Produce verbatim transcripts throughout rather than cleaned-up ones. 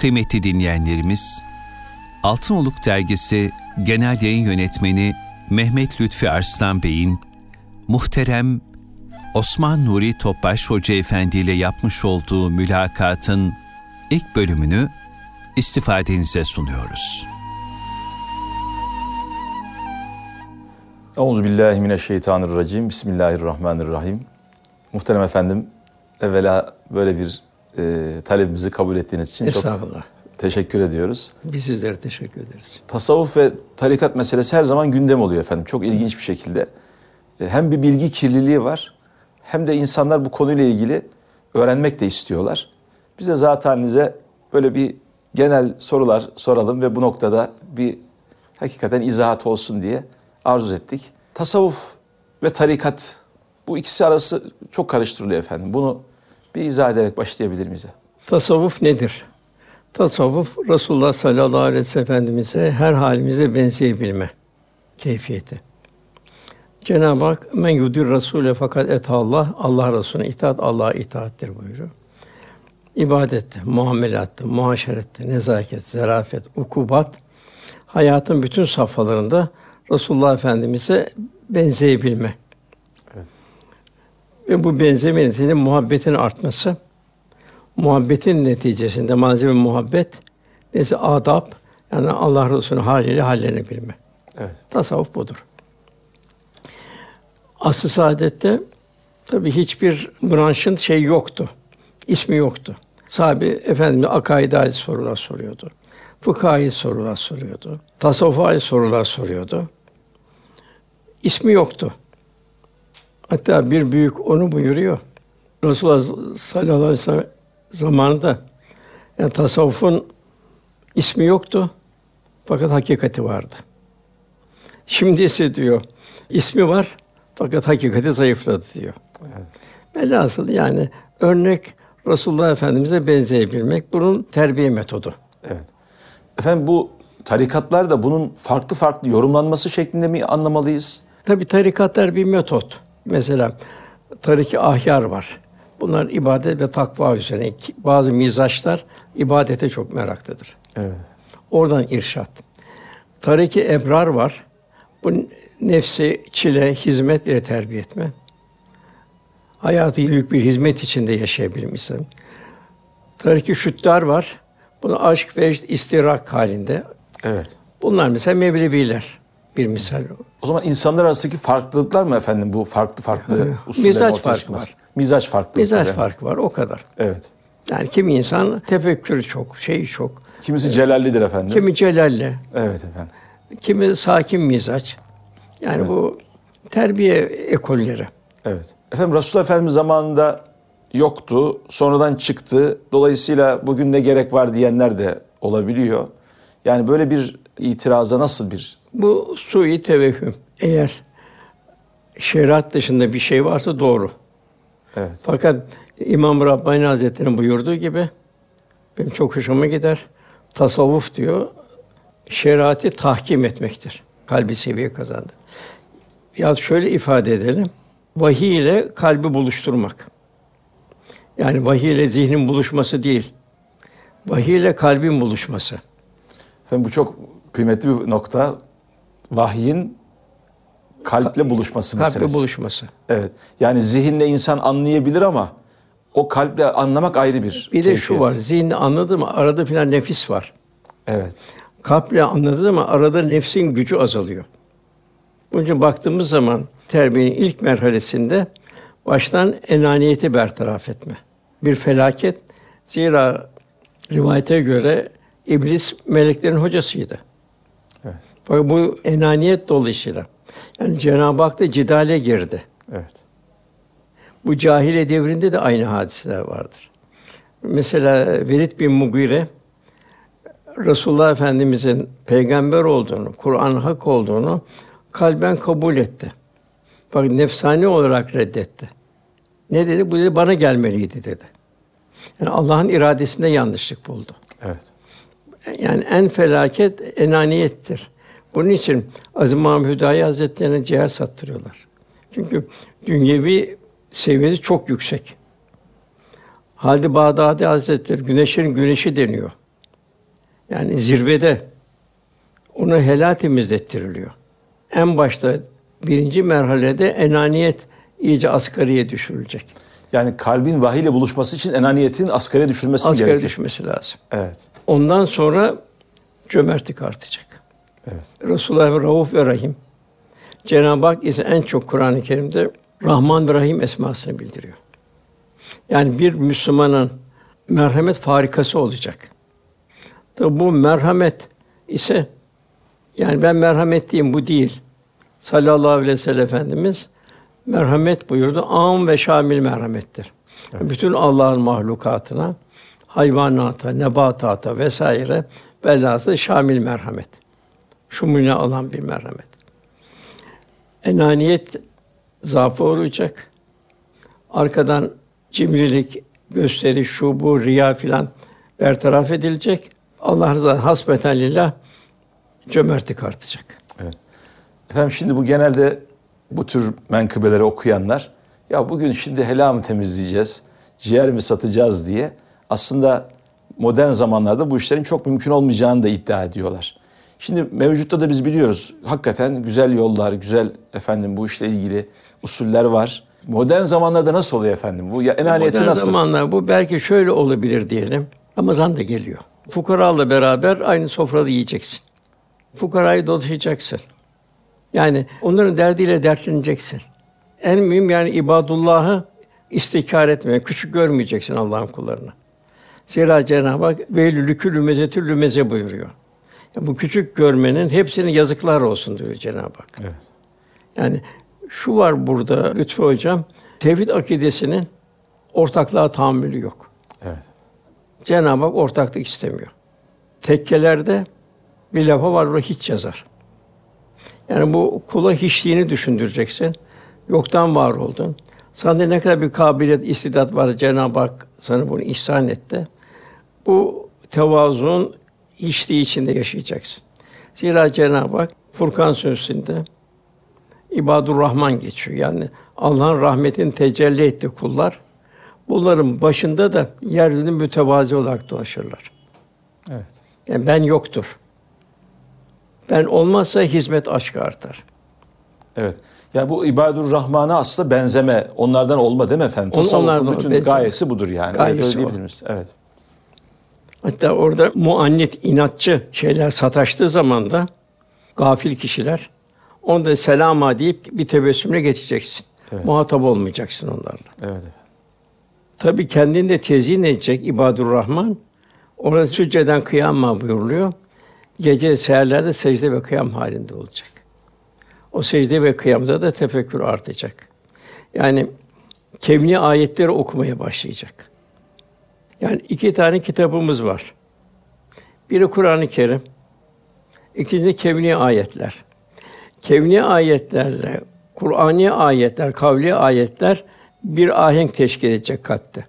Kıymetli dinleyenlerimiz, Altınoluk Dergisi Genel Yayın Yönetmeni Mehmet Lütfi Arslan Bey'in muhterem Osman Nuri Topbaş Hoca Efendi ile yapmış olduğu mülakatın ilk bölümünü istifadenize sunuyoruz. Euzubillahimineşşeytanirracim. Bismillahirrahmanirrahim. Muhterem efendim, evvela böyle bir e, talebimizi kabul ettiğiniz için çok teşekkür ediyoruz. Biz sizlere teşekkür ederiz. Tasavvuf ve tarikat meselesi her zaman gündem oluyor efendim. Çok ilginç bir şekilde. E, hem bir bilgi kirliliği var, hem de insanlar bu konuyla ilgili öğrenmek de istiyorlar. Biz de zat halinize böyle bir genel sorular soralım ve bu noktada bir hakikaten izahat olsun diye arzu ettik. Tasavvuf ve tarikat, bu ikisi arası çok karıştırılıyor efendim. Bunu bir izah ederek başlayabilir miyiz? Tasavvuf nedir? Tasavvuf, Resulullah sallallahu aleyhi ve sellem Efendimiz'e her halimize benzeyebilme keyfiyeti. Cenab-ı Hak men yudir Rasûle fakat etallah, Allah Resulüne itaat Allah'a itaattir buyuruyor. İbadette, muamelatta, muaşerette, nezaket, zarafet, ukubat, hayatın bütün safhalarında Resulullah Efendimiz'e benzeyebilme. Evet. Ve bu benzemenin neticesinde muhabbetin artması, muhabbetin neticesinde malzeme muhabbet, neyse adab, yani Allah Resulü'nün haliyle hallenebilme. Evet. Tasavvuf budur. Asr-ı Saadet'te tabii hiçbir branşın şey yoktu, ismi yoktu. Sahabe Efendimiz akaid-i ait sorular soruyordu. Fıkha ait sorular soruyordu. Tasavvufa ait sorular soruyordu. İsmi yoktu. Hatta bir büyük onu buyuruyor. Resulullah sallallahu aleyhi ve sellem zamanında yani tasavvufun ismi yoktu fakat hakikati vardı. Şimdi ise diyor ismi var fakat hakikati zayıfladı diyor. Evet. Velhasıl yani örnek Resulullah Efendimiz'e benzeyebilmek bunun terbiye metodu. Evet. Efendim bu tarikatlar da bunun farklı farklı yorumlanması şeklinde mi anlamalıyız? Tabii tarikatlar bir metot. Mesela tarik-i ahyar var. Bunlar ibadet ve takva üzerine. Bazı mizaçlar ibadete çok meraklıdır. Evet. Oradan irşad. Tarik-i ebrar var. Bu nefsi çile, hizmet ile terbiye etme. Hayatı büyük bir hizmet içinde yaşayabilmişsin. Tarik-i şüddar var. Bunu aşk, vecd, istirak halinde. Evet. Bunlar mesela Mevleviler bir misal. O zaman insanlar arasındaki farklılıklar mı efendim bu farklı farklı usullerin Mizaç ortaya farkı çıkması? var. Mizaç farklı. Mizaç farkı var, o kadar. Evet. Yani kimi insan tefekkürü çok, şeyi çok. Kimisi celallidir efendim. Kimi celalli, Evet efendim. kimi sakin mizaç. Yani Evet. bu terbiye ekolleri. Evet. Efendim Resulullah Efendimiz zamanında yoktu, sonradan çıktı. Dolayısıyla bugün ne gerek var diyenler de olabiliyor. Yani böyle bir itiraza nasıl bir... Bu sui tevehhüm. Eğer şeriat dışında bir şey varsa doğru. Evet. Fakat İmam Rabbani Hazretleri'nin buyurduğu gibi benim çok hoşuma gider. Tasavvuf diyor, şeriatı tahkim etmektir. Kalbi seviye kazandı. Ya şöyle ifade edelim. Vahiy ile kalbi buluşturmak. Yani vahiy ile zihnin buluşması değil. Vahiy ile kalbin buluşması. Efendim bu çok kıymetli bir nokta. Vahyin kalple buluşması kalple meselesi. Kalple buluşması. Evet. Yani zihinle insan anlayabilir ama o kalple anlamak ayrı bir Bir de keyfiyet. şu var. Zihinle anladı mı arada filan nefis var. Evet. Kalple anladı ama arada nefsin gücü azalıyor. Bunun için baktığımız zaman terbiyenin ilk merhalesinde baştan enaniyeti bertaraf etme. Bir felaket. Zira rivayete göre iblis meleklerin hocasıydı. Evet. Fakat bu enaniyet dolayısıyla yani Cenab-ı Hak da cidale girdi. Evet. Bu cahiliye devrinde de aynı hadiseler vardır. Mesela Velid bin Mugire Resulullah Efendimizin peygamber olduğunu, Kur'an hak olduğunu kalben kabul etti. Fakat nefsani olarak reddetti. Ne dedi? Bu dedi bana gelmeliydi dedi. Yani Allah'ın iradesinde yanlışlık buldu. Evet. Yani en felaket enaniyettir. Bunun için Aziz Mahmud Hüdayi Hazretleri'ne ciğer sattırıyorlar. Çünkü dünyevi seviyesi çok yüksek. Halid-i Bağdadi Hazretleri güneşin güneşi deniyor. Yani zirvede onu helal temizlettiriliyor. En başta birinci merhalede enaniyet iyice asgariye düşürülecek. Yani kalbin vahiy ile buluşması için enaniyetin asgariye düşürülmesi Asgariye gerekiyor. düşmesi lazım. Evet. Ondan sonra cömertlik artacak. Evet. Resulullah Rauf ve Rahim. Cenab-ı Hak ise en çok Kur'an-ı Kerim'de Rahman ve Rahim esmasını bildiriyor. Yani bir Müslümanın merhamet farikası olacak. Tabi bu merhamet ise yani ben merhametliyim bu değil. Sallallahu aleyhi ve sellem Efendimiz merhamet buyurdu. Âm ve şamil merhamettir. Evet. Bütün Allah'ın mahlukatına, hayvanata, nebatata vesaire velhâsıl şamil merhamet. Şumulüne alan bir merhamet. Enaniyet zaafı olacak. Arkadan cimrilik, gösteriş, şu bu, riya filan bertaraf edilecek. Allah rızası hasbeten lillah cömertlik artacak. Evet. Efendim şimdi bu genelde bu tür menkıbeleri okuyanlar ya bugün şimdi helal mı temizleyeceğiz, ciğer mi satacağız diye aslında modern zamanlarda bu işlerin çok mümkün olmayacağını da iddia ediyorlar. Şimdi mevcutta da biz biliyoruz hakikaten güzel yollar, güzel efendim bu işle ilgili usuller var. Modern zamanlarda nasıl oluyor efendim? Bu ya enaniyeti modern nasıl? Modern zamanlar bu belki şöyle olabilir diyelim. Ramazan da geliyor. Fukarayla beraber aynı sofrada yiyeceksin. Fukarayı dolaşacaksın. Yani onların derdiyle dertleneceksin. En mühim yani ibadullah'ı istikrar etmeye, küçük görmeyeceksin Allah'ın kullarını. Zira Cenab-ı Hak veylül likülli lumezetül lümeze buyuruyor. Yani bu küçük görmenin hepsine yazıklar olsun diyor Cenab-ı Hak. Evet. Yani şu var burada Lütfü Hocam, tevhid akidesinin ortaklığa tahammülü yok. Evet. Cenab-ı Hak ortaklık istemiyor. Tekkelerde bir lafa var, orada hiç yazar. Yani bu kula hiçliğini düşündüreceksin. Yoktan var oldun. Sende ne kadar bir kabiliyet, istidat var Cenab-ı Hak sana bunu ihsan etti. Bu tevazuun hiçliği içinde yaşayacaksın. Zira Cenab-ı Hak Furkan Suresi'nde İbadur Rahman geçiyor. Yani Allah'ın rahmetinin tecelli ettiği kullar. Bunların başında da yeryüzünde mütevazi olarak dolaşırlar. Evet. Yani ben yoktur. Ben olmazsa hizmet aşkı artar. Evet. Yani bu İbadur Rahman'a aslında benzeme, onlardan olma değil mi efendim? On, Tasavvufun bütün benzeme. gayesi budur yani. Gayesi öyle o. diyebilir miyiz? Evet. Hatta orada muannit, inatçı şeyler sataştığı zaman da gafil kişiler onda selama deyip bir tebessümle geçeceksin. Evet. Muhatap olmayacaksın onlarla. Evet efendim. Tabii kendini de tezyin edecek İbadur Rahman. Orada sücceden kıyam buyuruluyor. Gece seherlerde secde ve kıyam halinde olacak. O secde ve kıyamda da tefekkür artacak. Yani kevni ayetleri okumaya başlayacak. Yani iki tane kitabımız var. Biri Kur'an-ı Kerim, ikincisi kevni ayetler. Kevni ayetlerle Kur'ani ayetler, kavli ayetler bir ahenk teşkil edecek kalpte.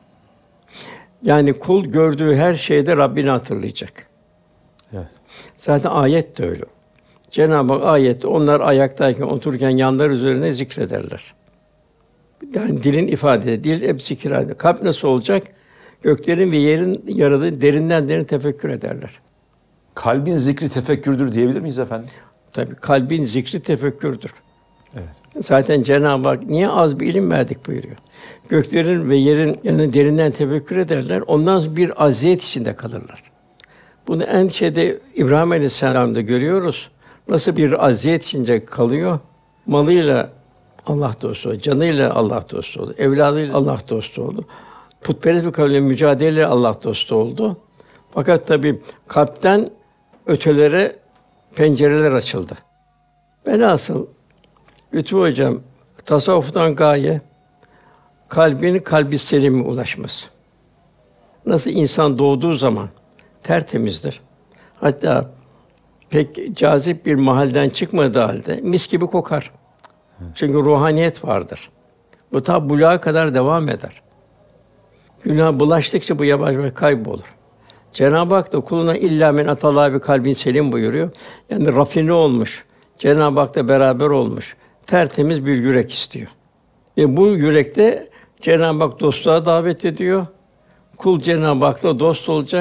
Yani kul gördüğü her şeyde Rabbini hatırlayacak. Evet. Zaten ayet de öyle. Cenab-ı Hak ayette onlar ayaktayken, otururken yanları üzerine zikrederler. Yani dilin ifade, dil hep zikir halinde. Kalp nasıl olacak? Göklerin ve yerin yaradığı derinden derin tefekkür ederler. Kalbin zikri tefekkürdür diyebilir miyiz efendim? Tabii kalbin zikri tefekkürdür. Evet. Zaten Cenab-ı Hak niye az bir ilim verdik buyuruyor. Göklerin ve yerin yani derinden tefekkür ederler. Ondan sonra bir aziyet içinde kalırlar. Bunu en şeyde İbrahim Aleyhisselam'da görüyoruz. Nasıl bir aziyet içinde kalıyor? Malıyla Allah dostu oldu, canıyla Allah dostu oldu, evladıyla Allah dostu oldu. Putperest bir kavimle mücadeleyle Allah dostu oldu. Fakat tabii kalpten ötelere pencereler açıldı. Velhasıl Lütfü Hocam tasavvuftan gaye kalbin kalbi selime ulaşması. Nasıl insan doğduğu zaman tertemizdir. Hatta pek cazip bir mahalleden çıkmadığı halde mis gibi kokar. Çünkü ruhaniyet vardır. Bu ta buluğa kadar devam eder. Günah bulaştıkça bu yavaş yavaş kaybolur. Cenab-ı Hak da kuluna illa men atallah bir kalbin selim buyuruyor. Yani rafine olmuş, Cenab-ı Hak'la beraber olmuş, tertemiz bir yürek istiyor. Ve bu yürekte Cenab-ı Hak dostluğa davet ediyor. Kul Cenab-ı Hak'la dost olacak.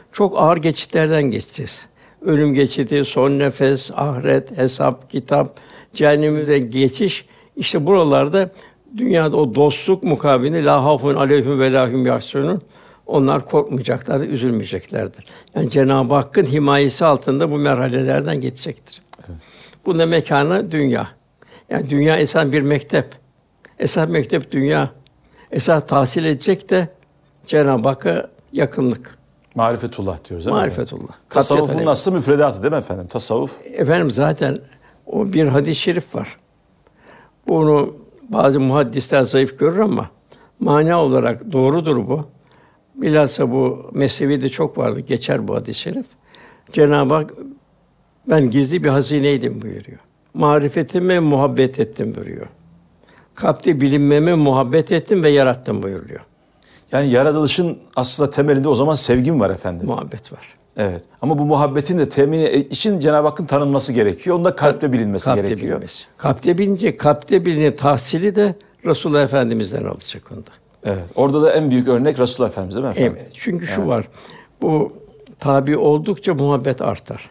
çok ağır geçitlerden geçeceğiz. Ölüm geçidi, son nefes, ahiret, hesap, kitap, cehenneme geçiş. İşte buralarda dünyada o dostluk mukabilinde la hafun aleyhim ve la hum yahzunun. Onlar korkmayacaklardır, üzülmeyeceklerdir. Yani Cenab-ı Hakk'ın himayesi altında bu merhalelerden geçecektir. Evet. Bunun da mekânı dünya. Yani dünya esas bir mektep. Esas mektep dünya. Esas tahsil edecek de Cenab-ı Hakk'a yakınlık. Marifetullah diyoruz değil mi? Marifetullah. Tasavvufun aslı müfredatı değil mi efendim? Tasavvuf. Efendim zaten o bir hadis-i şerif var. Bunu bazı muhaddisler zayıf görür ama mana olarak doğrudur bu. Bilhassa bu Mesnevi'de çok vardı, geçer bu hadis-i şerif. Cenab-ı Hak, ben gizli bir hazineydim buyuruyor. Marifetime muhabbet ettim buyuruyor. Kalpte bilinmeme muhabbet ettim ve yarattım buyuruyor. Yani yaratılışın aslında temelinde o zaman sevgim var efendim. Muhabbet var. Evet. Ama bu muhabbetin de temini için Cenab-ı Hakk'ın tanınması gerekiyor. Onda kalpte bilinmesi kalpte gerekiyor. Bilinmesi. Kalpte bilince, kalpte bilinen tahsili de Resulullah Efendimiz'den alacak onda. Evet. Orada da en büyük örnek Resulullah Efendimiz değil mi efendim? Evet. Çünkü şu evet. var. Bu tabi oldukça muhabbet artar.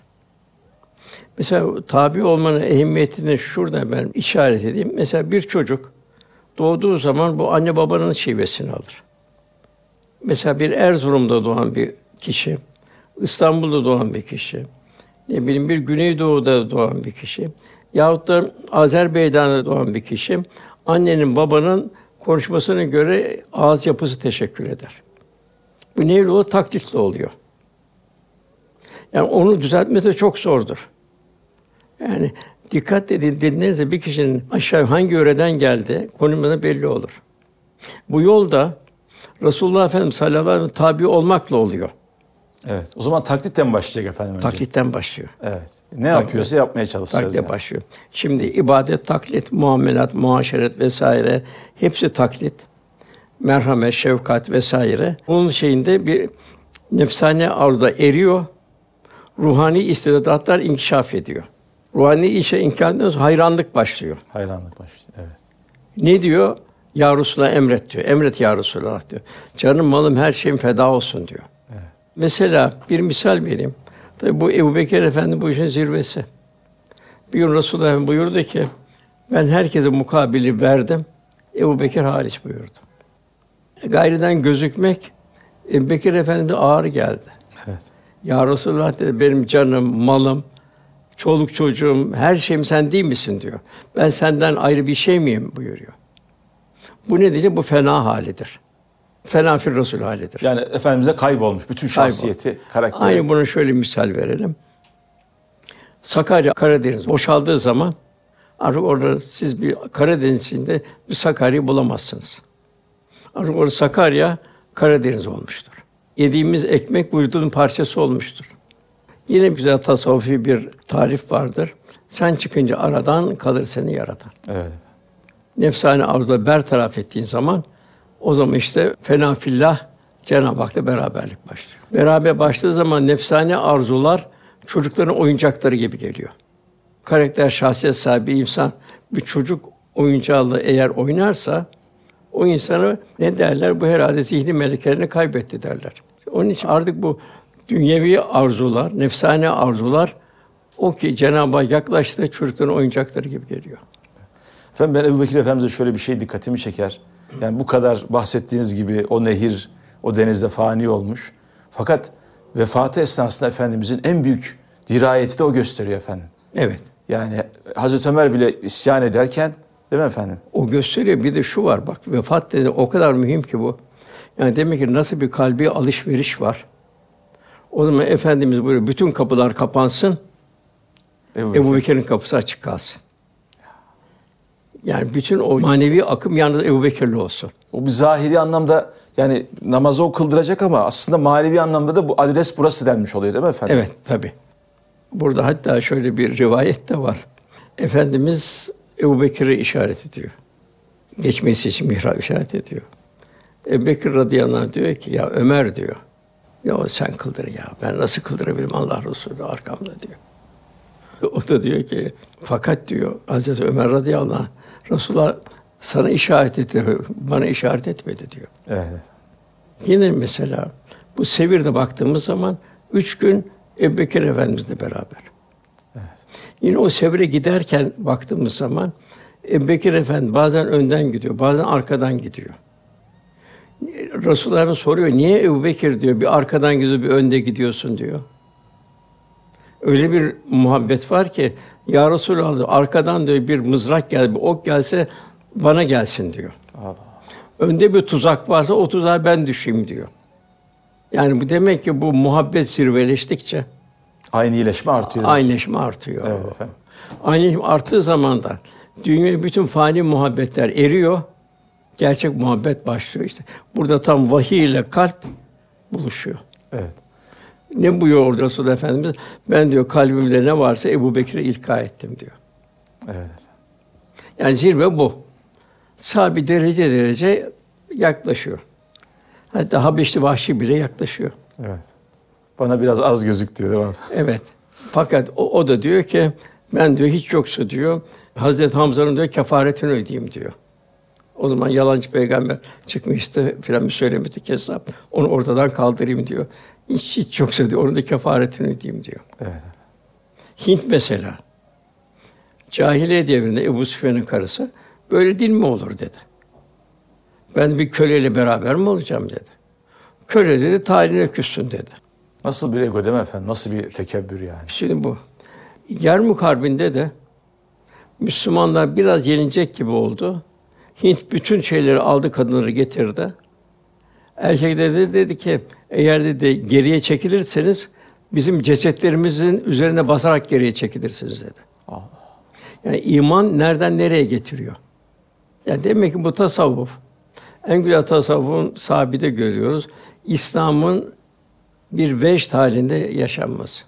Mesela tabi olmanın ehemmiyetini şurada ben işaret edeyim. Mesela bir çocuk doğduğu zaman bu anne babanın şivesini alır. Mesela bir Erzurum'da doğan bir kişi, İstanbul'da doğan bir kişi, ne bileyim bir Güneydoğu'da doğan bir kişi yahut da Azerbaycan'da doğan bir kişi annenin babanın konuşmasına göre ağız yapısı teşekkür eder. Bu neyle oluyor? Taklitle oluyor. Yani onu düzeltmesi de çok zordur. Yani dikkat edin, dinlerinizde bir kişinin aşağı hangi yöreden geldi konumuna belli olur. Bu yolda Resulullah Efendimiz sallallahu aleyhi ve sellem tabi olmakla oluyor. Evet. O zaman taklitten başlayacak efendim önce. Taklitten başlıyor. Evet. Ne taklit, yapıyorsa yapmaya çalışacağız. Taklitle yani. başlıyor. Şimdi ibadet, taklit, muamelat, muaşeret vesaire hepsi taklit. Merhamet, şefkat vesaire. Bunun şeyinde bir nefsane arzuda eriyor. Ruhani istidatlar inkişaf ediyor. Ruhani işe inkişaf hayranlık başlıyor. Hayranlık başlıyor. Evet. Ne diyor? Ya Resulallah emret diyor. Emret ya Resulallah diyor. Canım malım her şeyim feda olsun diyor. Evet. Mesela bir misal vereyim. Tabii bu Ebubekir Efendi bu işin zirvesi. Bir gün Resulullah Efendimiz buyurdu ki ben herkese mukabili verdim. Ebubekir hariç buyurdu. Gayriden gözükmek Ebubekir Efendimiz'e ağır geldi. Evet. Ya Resulallah dedi benim canım, malım, çoluk çocuğum, her şeyim sen değil misin diyor. Ben senden ayrı bir şey miyim buyuruyor. Bu ne diyecek? Bu fena halidir. Fena fir Resul halidir. Yani Efendimiz'e kaybolmuş bütün şahsiyeti, Kaybol. karakteri. Aynı buna şöyle bir misal verelim. Sakarya, Karadeniz boşaldığı zaman artık orada siz bir Karadeniz'inde bir Sakarya'yı bulamazsınız. Artık orada Sakarya, Karadeniz olmuştur. Yediğimiz ekmek vücudun parçası olmuştur. Yine güzel tasavvufi bir tarif vardır. Sen çıkınca aradan kalır seni yaratan. Evet. Nefsane arzuları bertaraf ettiğin zaman o zaman işte fena fillah Cenab-ı Hak'la beraberlik başlıyor. Beraber başladığı zaman nefsane arzular çocukların oyuncakları gibi geliyor. Karakter, şahsiyet sahibi insan bir çocuk oyuncağıyla eğer oynarsa o insana ne derler? Bu herhalde zihni melekelerini kaybetti derler. Onun için artık bu dünyevi arzular, nefsane arzular o ki Cenab-ı Hak yaklaştığı çocukların oyuncakları gibi geliyor. Efendim ben Ebubekir Efendimiz'e şöyle bir şey dikkatimi çeker. Yani bu kadar bahsettiğiniz gibi o nehir, o denizde fani olmuş. Fakat vefatı esnasında Efendimiz'in en büyük dirayeti de o gösteriyor efendim. Evet. Yani Hazreti Ömer bile isyan ederken, değil mi efendim? O gösteriyor. Bir de şu var bak, vefat dedi o kadar mühim ki bu. Yani demek ki nasıl bir kalbi alışveriş var. O zaman Efendimiz buyuruyor, bütün kapılar kapansın, Ebubekir'in kapısı açık kalsın. Yani bütün o manevi akım yalnız Ebubekir'le olsun. O bir zahiri anlamda yani namazı o kıldıracak ama aslında manevi anlamda da bu adres burası denmiş oluyor değil mi efendim? Evet, tabii. Burada hatta şöyle bir rivayet de var. Efendimiz Ebubekir'i işaret ediyor. Geçmesi için mihrab işaret ediyor. Ebubekir radıyallahu anh diyor ki ya Ömer diyor. Ya sen kıldır ya. Ben nasıl kıldırabilirim Allah Resulü arkamda diyor. O da diyor ki fakat diyor Hazreti Ömer radıyallahu anh Resulullah sana işaret etti, bana işaret etmedi diyor. Evet. Yine mesela bu Sevir'de baktığımız zaman Üç gün Ebubekir Efendimizle beraber. Evet. Yine o Sevr'e giderken baktığımız zaman Ebubekir Efendi bazen önden gidiyor, bazen arkadan gidiyor. Resulullah soruyor, niye Ebubekir diyor, bir arkadan gidiyor, bir önde gidiyorsun diyor. Öyle bir muhabbet var ki, ya Resulallah arkadan diyor bir mızrak gel, bir ok gelse bana gelsin diyor. Allah. Önde bir tuzak varsa o tuzağa ben düşeyim diyor. Yani bu demek ki bu muhabbet zirveleştikçe Aynı iyileşme artıyor. aynıleşme artıyor. Evet efendim. Aynıleşme arttığı zaman da dünyada bütün fani muhabbetler eriyor. Gerçek muhabbet başlıyor işte. Burada tam vahiy ile kalp buluşuyor. Evet. Ne buyuruyor orada Resulullah Efendimiz? Ben diyor kalbimde ne varsa Ebubekir'e ilka ettim diyor. Evet. Yani zirve bu. Sahabi derece derece yaklaşıyor. Hatta Habeşli Vahşi bile yaklaşıyor. Evet. Bana biraz az gözüktü değil mi? Evet. Fakat o, o da diyor ki ben diyor hiç yoksa diyor Hazreti Hamza'nın diyor kefaretini ödeyeyim diyor. O zaman yalancı peygamber çıkmıştı filan bir söylemedi kezzap. Onu ortadan kaldırayım diyor. Hiç, hiç yoksa diyor onun da kefaretini ödeyeyim diyor. Evet. Hint mesela. Cahiliye devrinde Ebu Süfyan'ın karısı böyle din mi olur dedi. Ben bir köleyle beraber mi olacağım dedi. Köle dedi taline küssün dedi. Nasıl bir ego değil mi efendim? Nasıl bir tekebbür yani? Şimdi bu. Yermük Harbi'nde de Müslümanlar biraz yenilecek gibi oldu. Hint bütün şeyleri aldı, kadınları getirdi. Erkek de dedi, dedi ki, eğer dedi geriye çekilirseniz bizim cesetlerimizin üzerine basarak geriye çekilirsiniz dedi. Allah. Yani iman nereden nereye getiriyor? Yani demek ki bu tasavvuf, en güzel tasavvufun sahibi görüyoruz. İslam'ın bir vecd halinde yaşanması.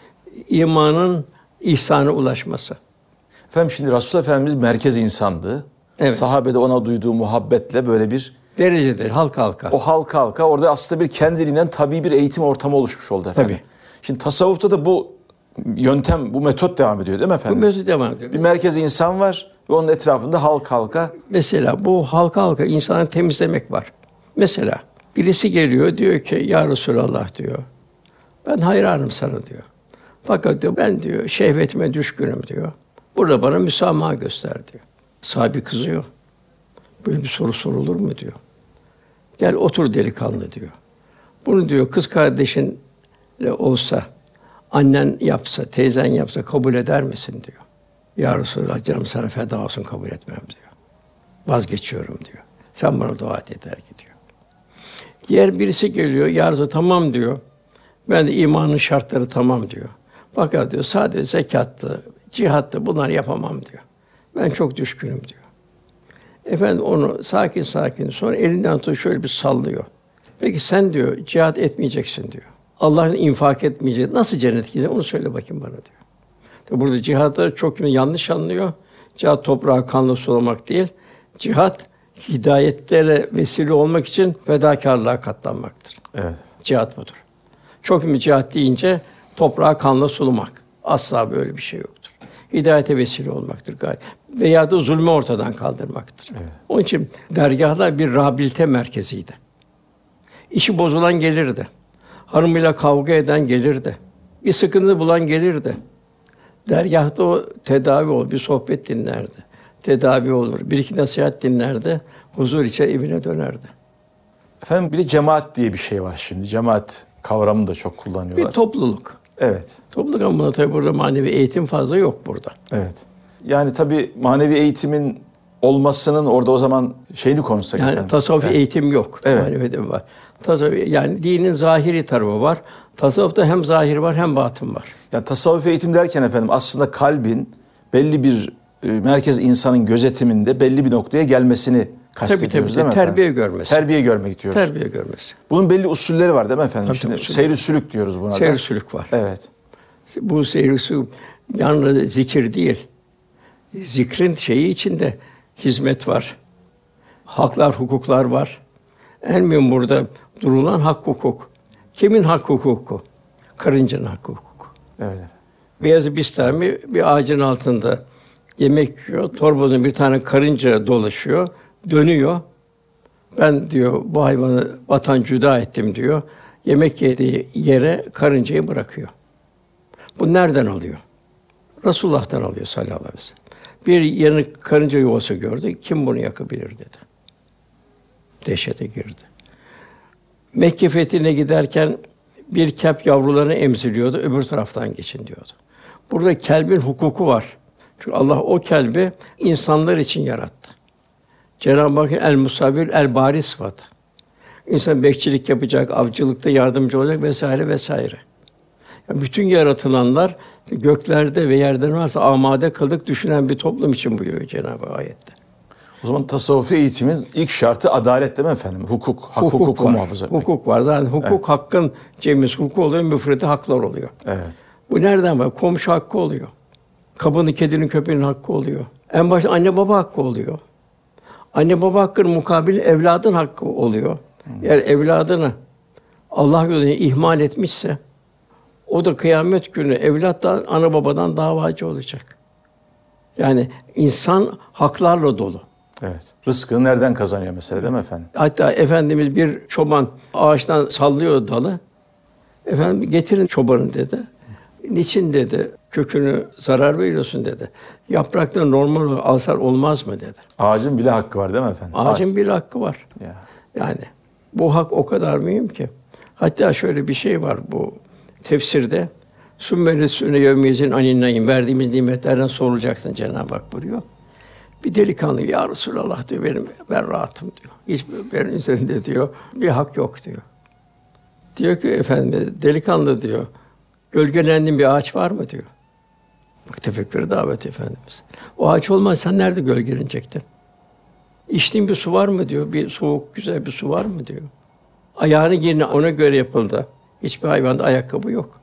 İmanın ihsana ulaşması. Efendim şimdi Resulullah Efendimiz merkez insandı. Evet. Sahabede ona duyduğu muhabbetle böyle bir Derecedir, halka halka. o halka halka orada aslında bir kendiliğinden tabii bir eğitim ortamı oluşmuş oldu efendim. Tabii. Şimdi tasavvufta da bu yöntem, bu metot devam ediyor değil mi Bu efendim? mevzu devam ediyor. Bir merkez insan var ve onun etrafında halk halka. Mesela bu halka halka insanı temizlemek var. Mesela birisi geliyor diyor ki ya Resulallah diyor. Ben hayranım sana diyor. Fakat diyor ben diyor şehvetime düşkünüm diyor. Burada bana müsamaha göster diyor. Sahibi kızıyor. Böyle bir soru sorulur mu diyor. Gel otur delikanlı diyor. Bunu diyor kız kardeşinle olsa, annen yapsa, teyzen yapsa kabul eder misin diyor. Ya Resulallah canım sana feda olsun kabul etmem diyor. Vazgeçiyorum diyor. Sen bana dua et yeter ki diyor. Diğer birisi geliyor, ya Resulallah tamam diyor. Ben de imanın şartları tamam diyor. Fakat diyor sadece zekattı, cihattı bunları yapamam diyor. Ben çok düşkünüm diyor. Efendim onu sakin sakin sonra elinden tutup şöyle bir sallıyor. Peki sen diyor cihat etmeyeceksin diyor. Allah'ın infak etmeyecek. Nasıl cennet gideceksin? Onu söyle bakayım bana diyor. Tabi burada cihatta çok yanlış anlıyor. Cihat toprağı kanla sulamak değil. Cihat hidayetlere vesile olmak için fedakârlığa katlanmaktır. Evet. Cihat budur. Çok mu cihat deyince toprağı kanla sulamak. Asla böyle bir şey yoktur. Hidayete vesile olmaktır gayet. Veya da zulmü ortadan kaldırmaktır. Evet. Onun için dergâhlar bir rehabilite merkeziydi. İşi bozulan gelirdi. Hanımıyla kavga eden gelirdi. Bir sıkıntı bulan gelirdi. Dergâhta o tedavi olur, bir sohbet dinlerdi. Tedavi olur, bir iki nasihat dinlerdi. Huzur içe evine dönerdi. Efendim bir de cemaat diye bir şey var şimdi. Cemaat kavramını da çok kullanıyorlar. Bir topluluk. Evet. Topluluk ama tabii burada manevi eğitim fazla yok burada. Evet. Yani tabii manevi eğitimin olmasının orada o zaman şeyini konuşsak Yani efendim. tasavvufi Evet. eğitim yok. Evet. Maneviyede var. Tasavvuf yani dinin zahiri tarafı var. Tasavvufta hem zahir var hem batın var. Yani tasavvufi eğitim derken efendim aslında kalbin belli bir e, merkez insanın gözetiminde belli bir noktaya gelmesini Tabii kastediyoruz tabii, değil mi terbiye efendim? görmesi. Terbiye görmek diyoruz. Terbiye görmesi. Bunun belli usulleri var değil mi efendim? Tabii, Şimdi tabii, seyr-i sülük diyoruz buna da. Seyr-i sülük var. Evet. Bu seyr-i sülük yalnız zikir değil. Zikrin şeyi içinde hizmet var. Haklar, hukuklar var. En mühim burada durulan hak hukuk. Kimin hak hukuku? Karıncanın hak hukuku. Evet. Beyazı Bistami bir ağacın altında yemek yiyor. Torbasında bir tane karınca dolaşıyor. Dönüyor. Ben diyor bu hayvanı vatan cüda ettim diyor. yemek yediği yere karıncayı bırakıyor. Bu nereden alıyor? Resulullah'tan alıyor sallallahu aleyhi ve sellem. Bir yanık karınca yuvası gördü. Kim bunu yakabilir dedi. Dehşete girdi. Mekke fethine giderken bir kelp yavrularını emziriyordu. Öbür taraftan geçin diyordu. Burada kelbin hukuku var. Çünkü Allah o kelbi insanlar için yarattı. Cenab-ı Hak el musavvir el bari sıfatı. İnsan bekçilik yapacak, avcılıkta yardımcı olacak vesaire vesaire. Yani bütün yaratılanlar göklerde ve yerde varsa amade kıldık düşünen bir toplum için buyuruyor Cenab-ı Hak ayette. O zaman tasavvufi eğitimin ilk şartı adalet değil mi efendim? Hukuk, hak hukuk hukuku var. muhafaza etmek. Hukuk var. Zaten hukuk Evet. hakkın cemiz hukuku oluyor, müfredi haklar oluyor. Evet. Bu nereden var? Komşu hakkı oluyor. Kabını, kedinin, köpeğin hakkı oluyor. En başta anne baba hakkı oluyor. Anne baba hakkının mukabil evladın hakkı oluyor. Eğer evladını Allah yolunda ihmal etmişse o da kıyamet günü evlattan, ana babadan davacı olacak. Yani insan haklarla dolu. Evet. Rızkını nereden kazanıyor mesela değil mi efendim? Hatta Efendimiz bir çoban ağaçtan sallıyor dalı. Efendim getirin çobanı dedi. Niçin dedi? Kökünü zarar veriyorsun dedi. Yaprakları normal olarak alsan olmaz mı dedi. Ağacın bile hakkı var değil mi efendim? Ağacın Ağaç. bir hakkı var. Ya. Yani bu hak o kadar mühim ki. Hatta şöyle bir şey var bu tefsirde. Sümmeli sünne yevmiyezin aninayim verdiğimiz nimetlerden sorulacaksın Cenab-ı Hak buyuruyor. Bir delikanlı ya Resulallah diyor benim ben rahatım diyor. Hiç benim üzerinde diyor bir hak yok diyor. Diyor ki efendim delikanlı diyor. Gölgelendiğin bir ağaç var mı diyor. Bak tefekküre davet Efendimiz. O ağaç olmaz sen nerede gölgelenecektin? İçtiğin bir su var mı diyor. Bir soğuk güzel bir su var mı diyor. Ayağının yerine ona göre yapıldı. Hiçbir hayvanda ayakkabı yok.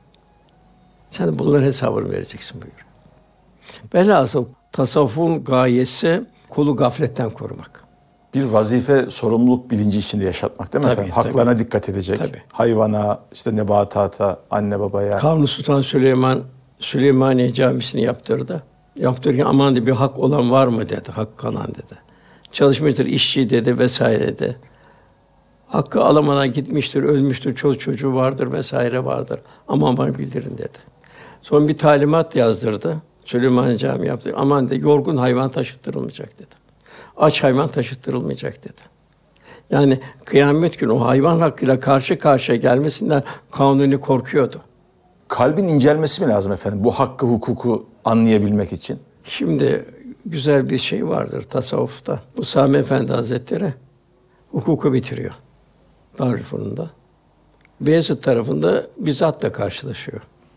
Sen bunların hesabını vereceksin buyuruyor. Velhasıl tasavvufun gayesi kulu gafletten korumak. Bir vazife, sorumluluk bilinci içinde yaşatmak değil mi Tabii, efendim? Haklarına tabii. dikkat edecek. Tabii. Hayvana, işte nebatata, anne babaya. Kanuni Sultan Süleyman Süleymaniye Camisi'ni yaptırdı. Yaptırırken aman dedi bir hak olan var mı dedi. Hak kalan dedi. Çalışmıştır işçi dedi vesaire dedi. Hakkı alamadan gitmiştir, ölmüştür, çoluk çocuğu vardır vesaire vardır. Aman bana bildirin dedi. Sonra bir talimat yazdırdı. Süleymaniye Camii yaptı. Aman dedi yorgun hayvan taşıttırılmayacak dedi. Aç hayvan taşıttırılmayacak dedi. Yani kıyamet günü o hayvan hakkıyla karşı karşıya gelmesinden Kanuni korkuyordu. Kalbin incelmesi mi lazım efendim bu hakkı, hukuku anlayabilmek için? Şimdi güzel bir şey vardır tasavvufta. Bu Sami Efendi Hazretleri hukuku bitiriyor Darülfünun'da. Beyazıt tarafında bir zatla karşılaşıyor.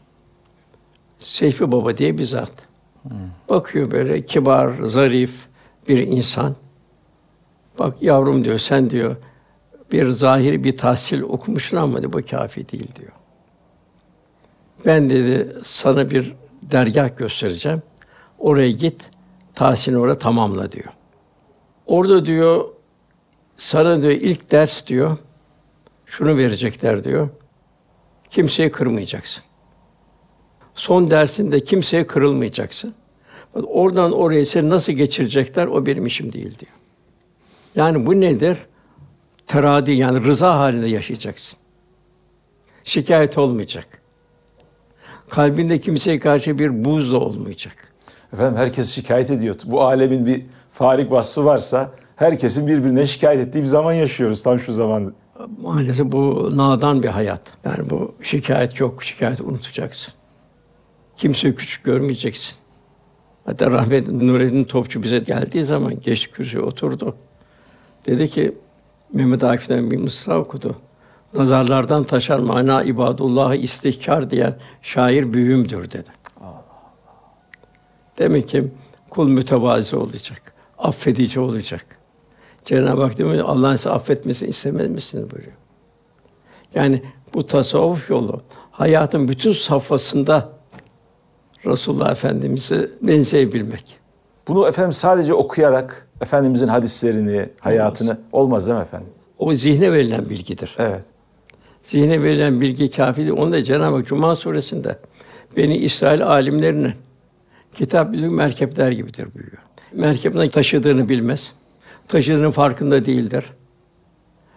Seyfi Baba diye bir zat. Hmm. Bakıyor böyle kibar, zarif bir insan. Bak yavrum diyor, sen diyor bir zahiri bir tahsil okumuşsun ama diyor, bu kâfi değil diyor. Ben dedi sana bir dergâh göstereceğim. Oraya git, tahsilini orada tamamla diyor. Orada diyor sana diyor ilk ders diyor şunu verecekler diyor. Kimseyi kırmayacaksın. Son dersinde kimseye kırılmayacaksın. Oradan oraya seni nasıl geçirecekler o benim işim değil diyor. Yani bu nedir? Teradi yani rıza halinde yaşayacaksın. Şikayet olmayacak. Kalbinde kimseye karşı bir buğz da olmayacak. Efendim herkes şikayet ediyor. Bu alemin bir farik vasfı varsa herkesin birbirine şikayet ettiği bir zaman yaşıyoruz tam şu zaman. Maalesef bu nadan bir hayat. Yani bu şikayet yok, şikayet unutacaksın. Kimseyi küçük görmeyeceksin. Hatta rahmetli Nureddin Topçu bize geldiği zaman geçti kürsüye oturdu. Dedi ki Mehmet Akif'ten bir mısra okudu. Nazarlardan taşan mana ibadullah'ı istihkar diyen şair büyüğümdür dedi. Allah Allah. Demek ki kul mütevazi olacak, affedici olacak. Cenab-ı Hak diyor Allah'ın sizi affetmesini istemez misiniz buyuruyor. Yani bu tasavvuf yolu hayatın bütün safhasında Resulullah Efendimiz'i benzeyebilmek. Bunu efendim sadece okuyarak Efendimizin hadislerini, hayatını olmaz, olmaz değil mi efendim? O zihne verilen bilgidir. Evet. Zihne verilen bilgi kâfi değil. Onu da Cenab-ı Hak Cuma suresinde Beni İsrail alimlerinin kitap bildiği merkepler gibidir buyuruyor. Merkebin taşıdığını bilmez. Taşıdığının farkında değildir.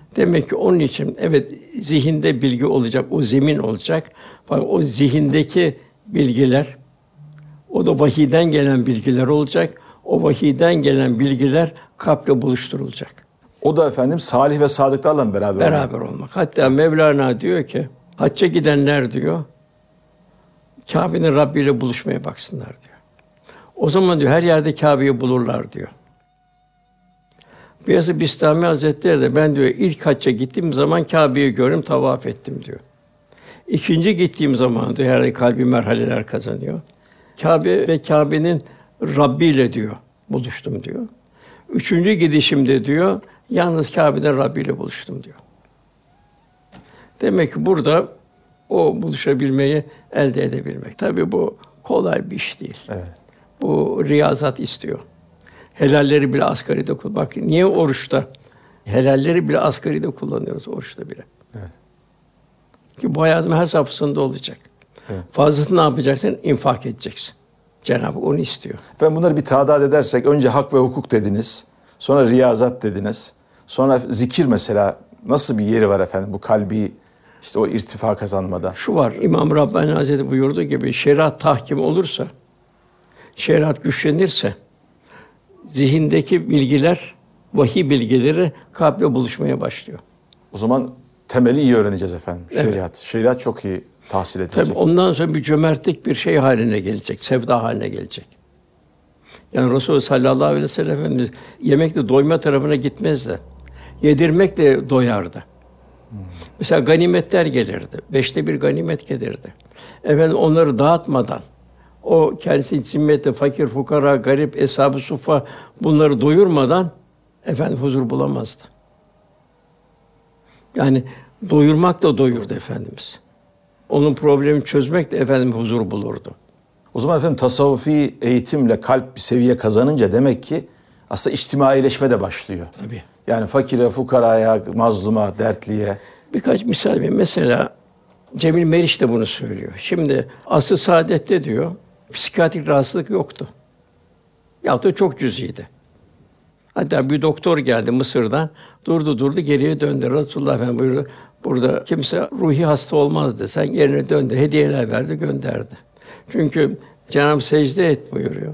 Demek ki onun için evet zihinde bilgi olacak, o zemin olacak. Fakat o zihindeki bilgiler, o da vahiyden gelen bilgiler olacak. O vahiyden gelen bilgiler kalple buluşturulacak. O da efendim salih ve sadıklarla mı beraber olmak? Beraber olmak. Hatta Mevlana diyor ki, hacca gidenler diyor, Kâbe'nin Rabbi ile buluşmaya baksınlar diyor. O zaman diyor her yerde Kâbe'yi bulurlar diyor. Beyazıt Bistami Hazretleri de ben diyor ilk hacca gittiğim zaman Kâbe'yi gördüm, tavaf ettim diyor. İkinci gittiğim zaman diyor herhalde kalbi merhaleler kazanıyor. Kâbe ve Kâbe'nin Rabbi ile diyor buluştum diyor. Üçüncü gidişimde diyor yalnız Kâbe'den Rabbi ile buluştum diyor. Demek ki burada o buluşabilmeyi elde edebilmek. Tabii bu kolay bir iş değil. Evet. Bu riyazat istiyor. Helalleri bile asgaride kullan. Bak niye oruçta helalleri bile asgaride kullanıyoruz oruçta bile. Evet. Ki bu hayatın her safhasında olacak. Evet. Fazlasını ne yapacaksın? İnfak edeceksin. Cenab-ı onu istiyor. Ben bunları bir tadat edersek önce hak ve hukuk dediniz. Sonra riyazat dediniz. Sonra zikir mesela nasıl bir yeri var efendim bu kalbi işte o irtifa kazanmada? Şu var, İmam Rabbani Hazretleri buyurduğu gibi şeriat tahkim olursa, şeriat güçlenirse zihindeki bilgiler, vahiy bilgileri kalple buluşmaya başlıyor. O zaman temeli iyi öğreneceğiz efendim. Evet. Şeriat. Şeriat çok iyi tahsil edilecek. Tabii ondan sonra bir cömertlik bir şey haline gelecek, sevda haline gelecek. Yani Resulullah sallallahu aleyhi ve sellem Efendimiz yemekle doyma tarafına gitmez de yedirmekle doyardı. Hmm. Mesela ganimetler gelirdi. Beşte bir ganimet gelirdi. Efendim onları dağıtmadan, o kendisi zimmette fakir, fukara, garip, eshab-ı suffa bunları doyurmadan efendim huzur bulamazdı. Yani doyurmak da doyurdu Efendimiz. Onun problemini çözmek de efendim huzur bulurdu. O zaman efendim tasavvufi eğitimle kalp bir seviye kazanınca demek ki aslında içtimaileşme de başlıyor. Tabii. Yani fakire, fukaraya, mazluma, dertliye. Birkaç misal vereyim. Mesela Cemil Meriç de bunu söylüyor. Şimdi Asr-ı Saadet'te diyor, psikiyatrik rahatsızlık yoktu. Ya da çok cüz'iydi. Hatta bir doktor geldi Mısır'dan, durdu durdu geriye döndü. Resulullah Efendimiz buyurdu, burada kimse ruhi hasta olmaz sen yerine döndü, hediyeler verdi, gönderdi. Çünkü Cenab-ı secde et buyuruyor.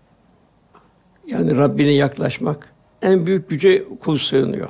Yani Rabbine yaklaşmak en büyük güce kul sığınıyor.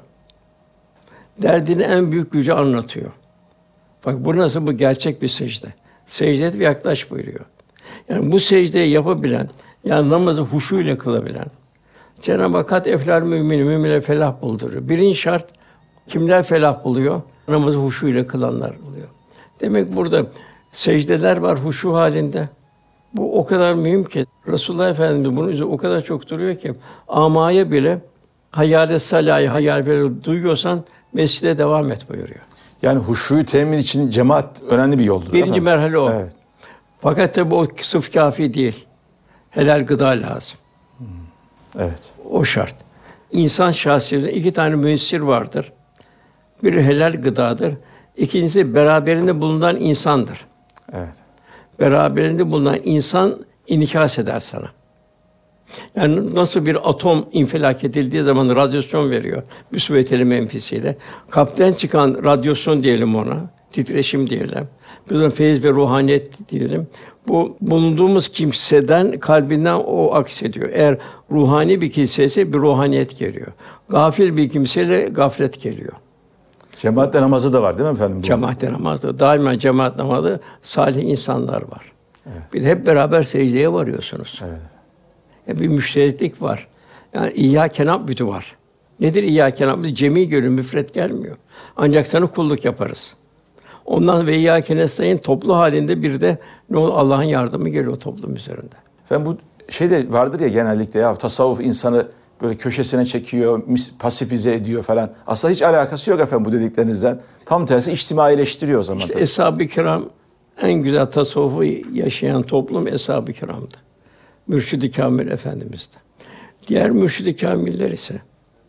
Derdini en büyük güce anlatıyor. Bak bu nasıl bu gerçek bir secde. Secde et ve yaklaş buyuruyor. Yani bu secdeyi yapabilen, yani namazı huşuyla kılabilen, Cenab-ı Hak kat eflal mümin, müminler felah bulduruyor. Birinci şart kimler felah buluyor? Namazı huşuyla kılanlar buluyor. Demek burada secdeler var huşu halinde. Bu o kadar mühim ki Resulullah Efendimiz bunun üzerine o kadar çok duruyor ki amaya bile hayal-i salâh, hayal bile duyuyorsan mescide devam et buyuruyor. Yani huşuyu temin için cemaat önemli bir yoldur. Birinci efendim. merhale o. Evet. Fakat tabi o sırf kâfi değil. Helal gıda lazım. Hmm. Evet. O şart. İnsan şahsiyetinde iki tane müessir vardır. Biri helal gıdadır. İkincisi beraberinde bulunan insandır. Evet. Beraberinde bulunan insan inikas eder sana. Yani nasıl bir atom infilak edildiği zaman radyasyon veriyor müsbeteli menfisiyle. Kalpten çıkan radyasyon diyelim ona, titreşim diyelim. Biz ona feyiz ve ruhaniyet diyelim. Bu bulunduğumuz kimseden kalbinden o aksediyor. Eğer ruhani bir kimseyse bir ruhaniyet geliyor. Gafil bir kimseyle gaflet geliyor. Cemaatle namazı da var değil mi efendim? Bu? Cemaatle namazı, daima cemaat namazı salih insanlar var. Evet. Bir de hep beraber secdeye varıyorsunuz. Evet. Ya bir müştereklik var. Yani İyyâke na'budu var. Nedir İyyâke na'budu? Cemî geliyor, müfret gelmiyor. Ancak sana kulluk yaparız. Ondan ve İyyâke nestaîn toplu halinde bir de ne olur Allah'ın yardımı geliyor toplum üzerinde. Efendim bu şey de vardır ya genellikle ya tasavvuf insanı böyle köşesine çekiyor, pasifize ediyor falan. Aslında hiç alakası yok efendim bu dediklerinizden. Tam tersi içtimaileştiriyor o zaman. İşte Eshab-ı Kiram en güzel tasavvufu yaşayan toplum Eshab-ı Kiram'dı. Mürşid-i Kâmil Efendimiz'di. Diğer mürşid-i kâmiller ise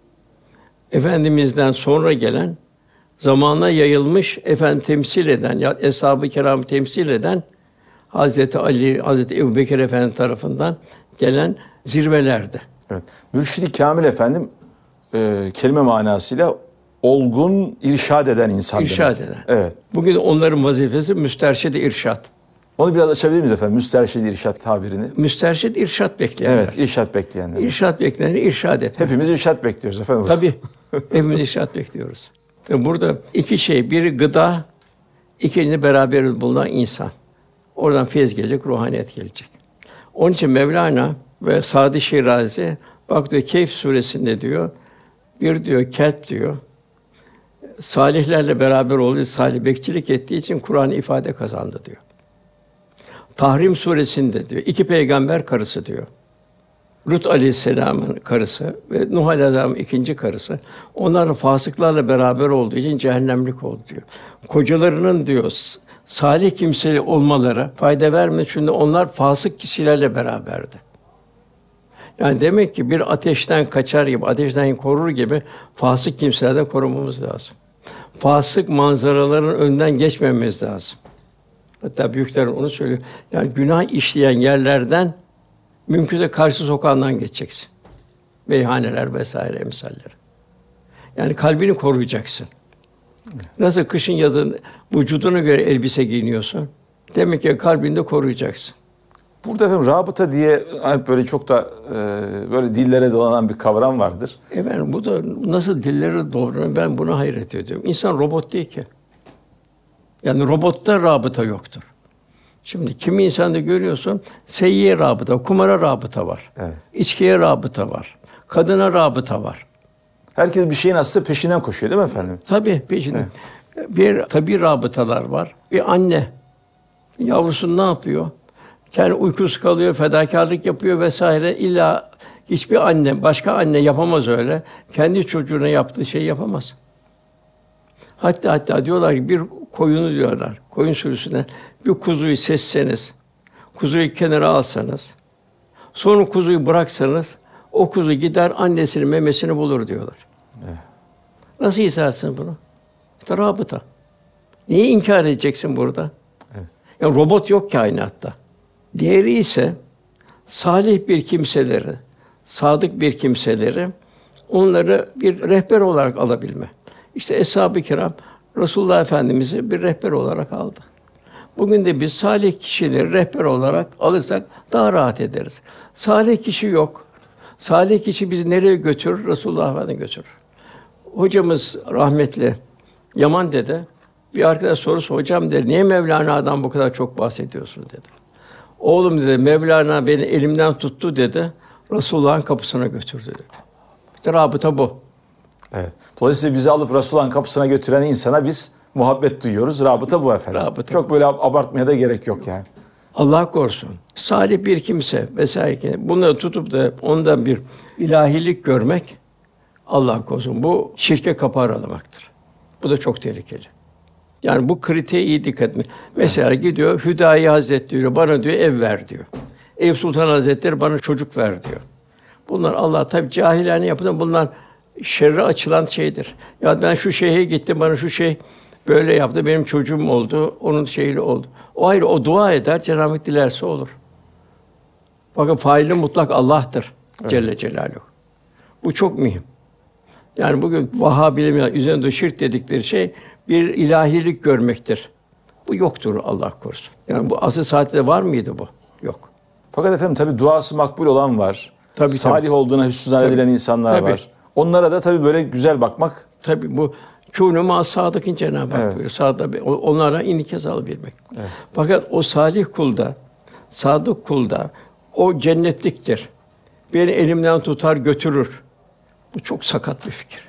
Efendimiz'den sonra gelen zamana yayılmış efendim temsil eden ya Eshab-ı Kiram'ı temsil eden Hazreti Ali, Hazreti Ebubekir Efendi tarafından gelen zirvelerdi. Evet. Mürşid-i Kâmil efendim e, kelime manasıyla olgun, irşad eden insan İrşad demek. eden. Evet. Bugün onların vazifesi müsterşid-i irşad. Onu biraz açabilir miyiz efendim? Müsterşid irşad tabirini. Müsterşid irşad bekleyenler. Evet, irşad bekleyenler. İrşad bekleyenleri irşad etmek. Hepimiz irşad bekliyoruz efendim. Tabii. Hepimiz irşad bekliyoruz. Tabii burada iki şey, biri gıda, ikinci beraber bulunan insan. Oradan feyiz gelecek, ruhaniyet gelecek. Onun için Mevlana ve Sadi Şirazi bak diyor Kehf suresinde diyor, bir diyor kelp diyor, salihlerle beraber olduğu, salih bekçilik ettiği için Kur'an ifade kazandı diyor. Tahrim suresinde diyor, iki peygamber karısı diyor. Lut aleyhisselamın karısı ve Nuh aleyhisselamın ikinci karısı. Onlar fasıklarla beraber olduğu için cehennemlik oldu diyor. Kocalarının diyor salih kimseli olmaları fayda vermedi çünkü onlar fasık kişilerle beraberdi. Yani demek ki bir ateşten kaçar gibi, ateşten korur gibi fasık kimselerden korunmamız lazım. Fasık manzaraların önünden geçmememiz lazım. Hatta büyükler onu söylüyor. Yani günah işleyen yerlerden mümkünse karşı sokağından geçeceksin. Meyhaneler vesaire emsalleri. Yani kalbini koruyacaksın. Nasıl kışın yazın vücuduna göre elbise giyiniyorsun. Demek ki kalbini de koruyacaksın. Burada efendim rabıta diye hani böyle çok da e, böyle dillere dolanan bir kavram vardır. Efendim bu da nasıl dillere dolanan ben buna hayret ediyorum. İnsan robot değil ki. Yani robotta rabıta yoktur. Şimdi kimi insanda görüyorsun, seyyiye rabıta, kumara rabıta var. Evet. İçkiye rabıta var. Kadına rabıta var. Herkes bir şeyin aslında peşinden koşuyor değil mi efendim? Tabii peşinden. Evet. Bir tabii rabıtalar var. Bir anne yavrusunu ne yapıyor? Kendi uykusuz kalıyor, fedakârlık yapıyor vesaire. İlla hiçbir anne, başka anne yapamaz öyle. Kendi çocuğuna yaptığı şeyi yapamaz. Hatta hatta diyorlar ki bir koyunu diyorlar. Koyun sürüsüne bir kuzuyu seçseniz, kuzuyu kenara alsanız, sonra kuzuyu bıraksanız, o kuzu gider annesinin memesini bulur diyorlar. Evet. Nasıl izah etsin bunu? İşte rabıta. Neyi inkar edeceksin burada? Evet. Yani robot yok kainatta. Diğeri ise salih bir kimseleri, sadık bir kimseleri, onları bir rehber olarak alabilme. İşte Eshab-ı Kiram Resulullah Efendimiz'i bir rehber olarak aldı. Bugün de biz salih kişileri rehber olarak alırsak daha rahat ederiz. Salih kişi yok. Salih kişi bizi nereye götürür? Resulullah Efendimiz götürür. Hocamız rahmetli Yaman dede bir arkadaş sorusu, hocam dedi, niye Mevlana'dan bu kadar çok bahsediyorsun dedi. Oğlum dedi, Mevlana beni elimden tuttu dedi, Resulullah'ın kapısına götürdü dedi. İşte rabıta bu. Evet. Dolayısıyla bizi alıp Resulullah'ın kapısına götüren insana biz muhabbet duyuyoruz. Rabıta bu efendim. Rabıta. Çok böyle abartmaya da gerek yok yani. Allah korusun. Salih bir kimse vesaire bunları tutup da ondan bir ilahilik görmek, Allah korusun, bu şirke kapı aralamaktır. Bu da çok tehlikeli. Yani bu kritiğe iyi dikkat edin. Mesela gidiyor Hüdayi Hazretleri diyor, bana diyor ev ver diyor. Eyüp Sultan Hazretleri bana çocuk ver diyor. Bunlar Allah tabii cahilane yapılan, bunlar şerre açılan şeydir. Ya ben şu şeyhe gittim, bana şu şey böyle yaptı, benim çocuğum oldu, onun şeyli oldu. O ayrı, o dua eder, Cenab-ı Hak dilerse olur. Fakat faili mutlak Allah'tır, evet. Celle Celaluhu. Bu çok mühim. Yani bugün Vahhabiliğin üzerinde şirk dedikleri şey bir ilahilik görmektir. Bu yoktur Allah korusun. Yani bu asıl saatte var mıydı bu? Yok. Fakat efendim tabii duası makbul olan var. Tabii, salih tabii. olduğuna hüsnü zannedilen insanlar tabii. var. Onlara da tabii böyle güzel bakmak. Tabii bu kûnû mâ sâdıkîn Cenab-ı Hak buyuruyor. Sadık, onlara inikaz alabilmek. Evet. Fakat o salih kulda, sadık kulda o cennetliktir. Beni elimden tutar götürür. Bu çok sakat bir fikir.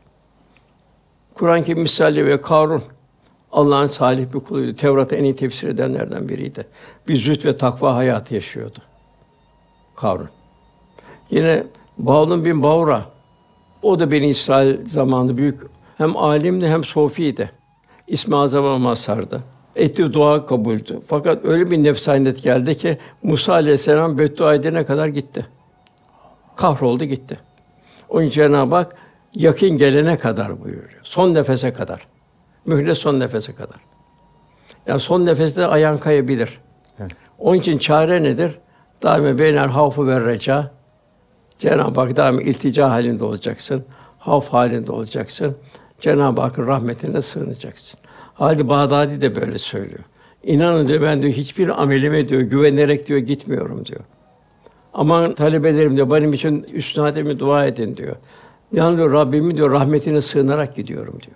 Kur'an-ı Kerim misali ve Karun Allah'ın salih bir kuluydu. Tevrat'ı en iyi tefsir edenlerden biriydi. Bir zühd ve takva hayatı yaşıyordu. Karun. Yine Bâlûn bin Bavra, o da Beni İsrail zamanında büyük hem alimdi hem sofiydi. İsmi Azam'a mazhardı. Ettiği dua kabuldü. Fakat öyle bir nefsaniyet geldi ki Musa Aleyhisselam beddua edene kadar gitti. Kahroldu gitti. Onun için Cenab-ı Hak yakîn gelene kadar buyuruyor. Son nefese kadar. Mühlet son nefese kadar. Yani son nefeste ayağın kayabilir. Evet. Onun için çare nedir? Daima beynel havfu ve reca. Cenab-ı Hak daima iltica halinde olacaksın. Havf halinde olacaksın. Cenab-ı Hakk'ın rahmetine sığınacaksın. Halid Bağdadi de böyle söylüyor. İnanın diyor, ben diyor hiçbir amelime diyor güvenerek diyor gitmiyorum diyor. Aman talebelerim diyor, benim için üstademe dua edin diyor. Yalnız diyor, Rabbimin diyor rahmetine sığınarak gidiyorum diyor.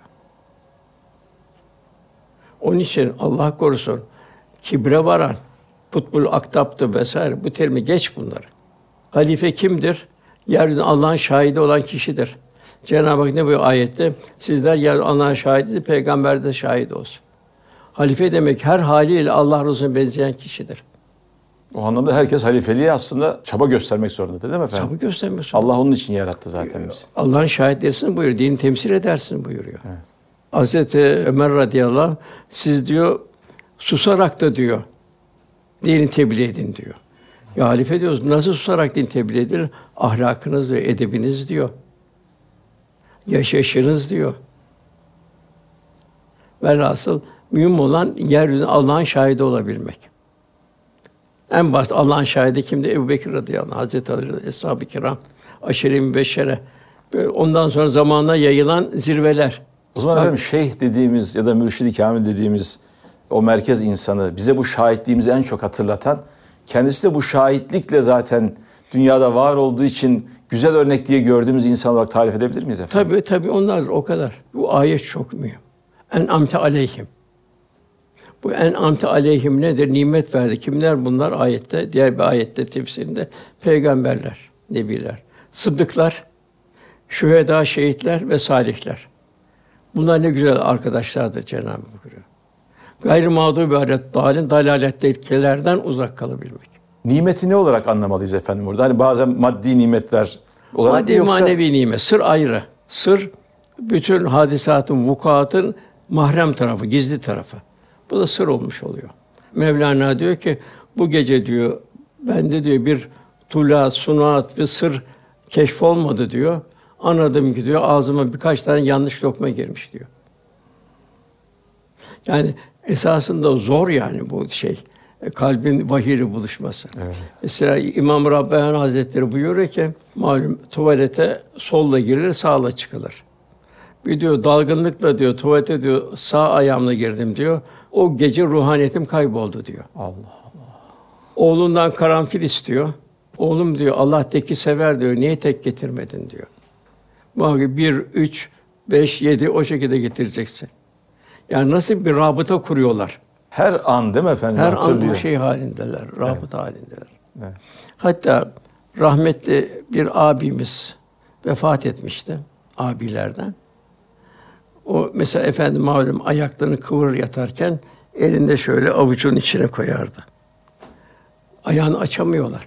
Onun için Allah korusun kibre varan, putbul aktaptı vesaire bu terimi geç bunları. Halife kimdir? Yeryüzünde Allah'ın şahidi olan kişidir. Cenab-ı Hak ne buyuruyor ayette? Sizler yer Allah'ın şahidi, peygamber de şahit olsun. Halife demek her haliyle Allah Resulüne benzeyen kişidir. O anlamda herkes halifeliğe aslında çaba göstermek zorundadır değil mi efendim? Çaba göstermek zorunda. Allah onun için yarattı zaten bizi. Allah'ın şahitlerisin buyuruyor. Dini temsil edersin buyuruyor. Evet. Hazreti Ömer radıyallahu anh, siz diyor susarak da diyor dini tebliğ edin diyor. Ya halife diyoruz, nasıl susarak din tebliğ edilir? Ahlakınız diyor, edebiniz diyor. Yaşayışınız diyor. Velhasıl mühim olan yeryüzünde Allah'ın şahidi olabilmek. En basit Allah'ın şahidi kimdi? Ebubekir radıyallahu anh, Hazreti Ali, Eshab-ı Kiram, Aşire-i Mübeşşere. Ondan sonra zamanla yayılan zirveler. O zaman efendim şeyh dediğimiz ya da mürşid-i kâmil dediğimiz o merkez insanı bize bu şahitliğimizi en çok hatırlatan, kendisi de bu şahitlikle zaten dünyada var olduğu için güzel örnek diye gördüğümüz insan olarak tarif edebilir miyiz efendim? Tabii tabii onlar o kadar. Bu ayet çok mühim. En amte aleyhim. Bu en amte aleyhim nedir? Nimet verdi. Kimler bunlar? Ayette, diğer bir ayette tefsirinde peygamberler, nebiler, sıddıklar, şühedâ, şehitler ve salihler. Bunlar ne güzel arkadaşlardır Cenab-ı Hak buyuruyor. Gayrı mağdûbi aleyhim dâlin, dalâlettekilerden uzak kalabilmek. Nimeti ne olarak anlamalıyız efendim burada? Hani bazen maddi nimetler olarak maddi, mı yoksa? manevi nimet. Sır ayrı. Sır, bütün hadisatın, vukuatın mahrem tarafı, gizli tarafı. Bu da sır olmuş oluyor. Mevlana diyor ki, bu gece diyor, bende diyor bir tula, sunaat ve sır keşfolmadı diyor. Anladım ki diyor, ağzıma birkaç tane yanlış lokma girmiş diyor. Yani esasında zor yani bu şey, kalbin vahiyle buluşması. Evet. Mesela İmam Rabbani Hazretleri buyuruyor ki, malum tuvalete solla girilir, sağla çıkılır. Bir diyor dalgınlıkla diyor tuvalete diyor sağ ayağımla girdim diyor. O gece ruhaniyetim kayboldu diyor. Allah Allah. Oğlundan karanfil istiyor. Oğlum diyor Allah teki sever diyor. Niye tek getirmedin diyor. Bak bir, üç, beş, yedi o şekilde getireceksin. Yani nasıl bir rabıta kuruyorlar. Her an değil mi efendim? Her Hatırlıyor. an bu şey halindeler, rabıta Evet. halindeler. Evet. Hatta rahmetli bir abimiz vefat etmişti, abilerden. O mesela efendim malum ayaklarını kıvırır yatarken elinde şöyle avucunun içine koyardı. Ayağını açamıyorlar.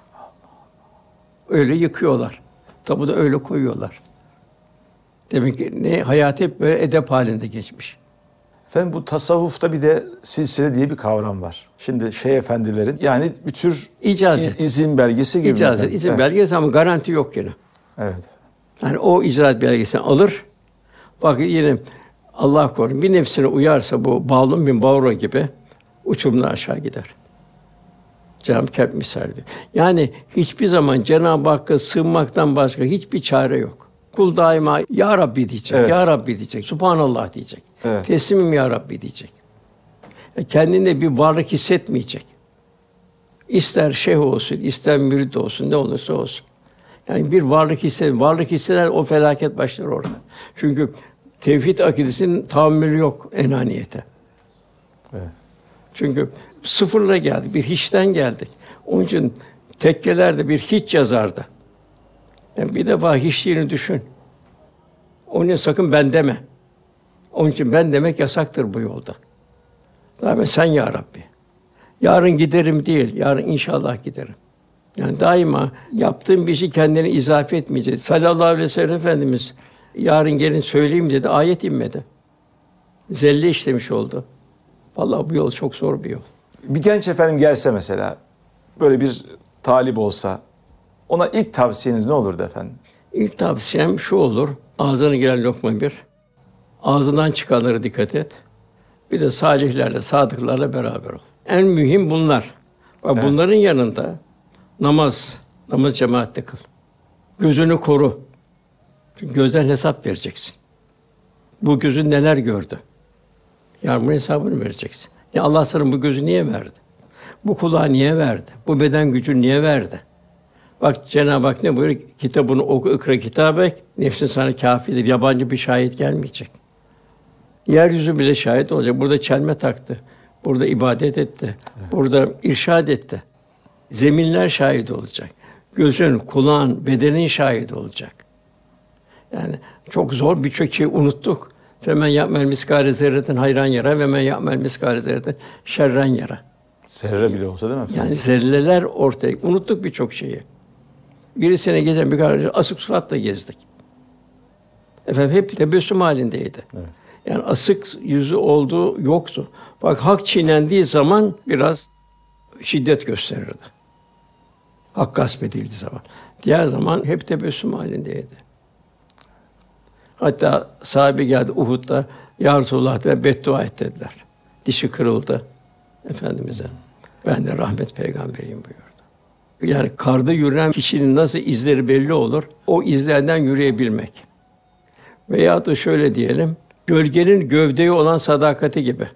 Öyle yıkıyorlar. Tabu da öyle koyuyorlar. Demek ki ne hayat hep böyle edep halinde geçmiş. Efendim bu tasavvufta bir de silsile diye bir kavram var. Şimdi şeyh efendilerin yani bir tür İcazet. izin belgesi gibi. İcazet, efendim. izin Evet. belgesi ama garanti yok yine. Evet. Yani o icazet belgesini alır. Bak yine Allah korusun bir nefsine uyarsa bu Bağlum bin Bavra gibi uçurumdan aşağı gider. Cam kep misal diyor. Yani hiçbir zaman Cenab-ı Hakk'a sığınmaktan başka hiçbir çare yok. Kul daima ya Rabbi diyecek, Evet. ya Rabbi diyecek, Subhanallah diyecek. Evet. Teslimim ya Rabbi diyecek. E, kendinde bir varlık hissetmeyecek. İster şeyh olsun, ister mürid olsun, ne olursa olsun. Yani bir varlık hisseder, varlık hisseder o felaket başlar orada. Çünkü tevhid akidesinin tahammülü yok enaniyete. Evet. Çünkü sıfırla geldik, bir hiçten geldik. Onun için tekkelerde bir hiç yazardı. Yani bir defa hiçliğini düşün. Onun için sakın ben deme. Onun için ben demek yasaktır bu yolda. Daima sen ya Rabbi. Yarın giderim değil, yarın inşallah giderim. Yani daima yaptığın bir şey kendine izafe etmeyecek. Sallallahu aleyhi ve sellem Efendimiz yarın gelin söyleyeyim dedi, ayet inmedi. Zelle işlemiş oldu. Vallahi bu yol çok zor bir yol. Bir genç efendim gelse mesela böyle bir talip olsa ona ilk tavsiyeniz ne olurdu efendim? İlk tavsiyem şu olur, ağzına giren lokma bir, ağzından çıkanlara dikkat et. Bir de salihlerle, sadıklarla beraber ol. En mühim bunlar. Bak Evet. bunların yanında namaz, namaz cemaatle kıl. Gözünü koru. Çünkü gözden hesap vereceksin. Bu gözün neler gördü? Yani bunun hesabını vereceksin. Ya Allah sana bu gözü niye verdi? Bu kulağı niye verdi? Bu beden gücünü niye verdi? Bak Cenab-ı Hak ne buyuruyor? Kitabını oku, ikra kitabek, nefsin sana kâfidir. Yabancı bir şahit gelmeyecek. Yeryüzü bile şahit olacak. Burada çelme taktı. Burada ibadet etti. Evet. Burada irşad etti. Zeminler şahit olacak. Gözün, kulağın, bedenin şahit olacak. Yani çok zor, birçok şeyi unuttuk. Femen ya'mel miskâle zerretin hayran yara ve men ya'mel miskâle zerretin şerren yara. Zerre bile olsa değil mi efendim? Yani zerreler ortaya. Unuttuk birçok şeyi. Birisine gezen bir kardeş asık suratla gezdik. Efendim hep tebessüm halindeydi. Evet. Yani asık yüzü olduğu yoktu. Bak hak çiğnendiği zaman biraz şiddet gösterirdi. Hak gasp edildiği zaman. Diğer zaman hep tebessüm halindeydi. Hatta sahabe geldi Uhud'da, "Ya Resulullah" dediler, beddua et dediler. Dişi kırıldı Efendimiz'e. Ben de rahmet peygamberiyim buyurdu. Yani karda yürüyen kişinin nasıl izleri belli olur? O izlerden yürüyebilmek. Veya da şöyle diyelim, gölgenin gövdeye olan sadakati gibi.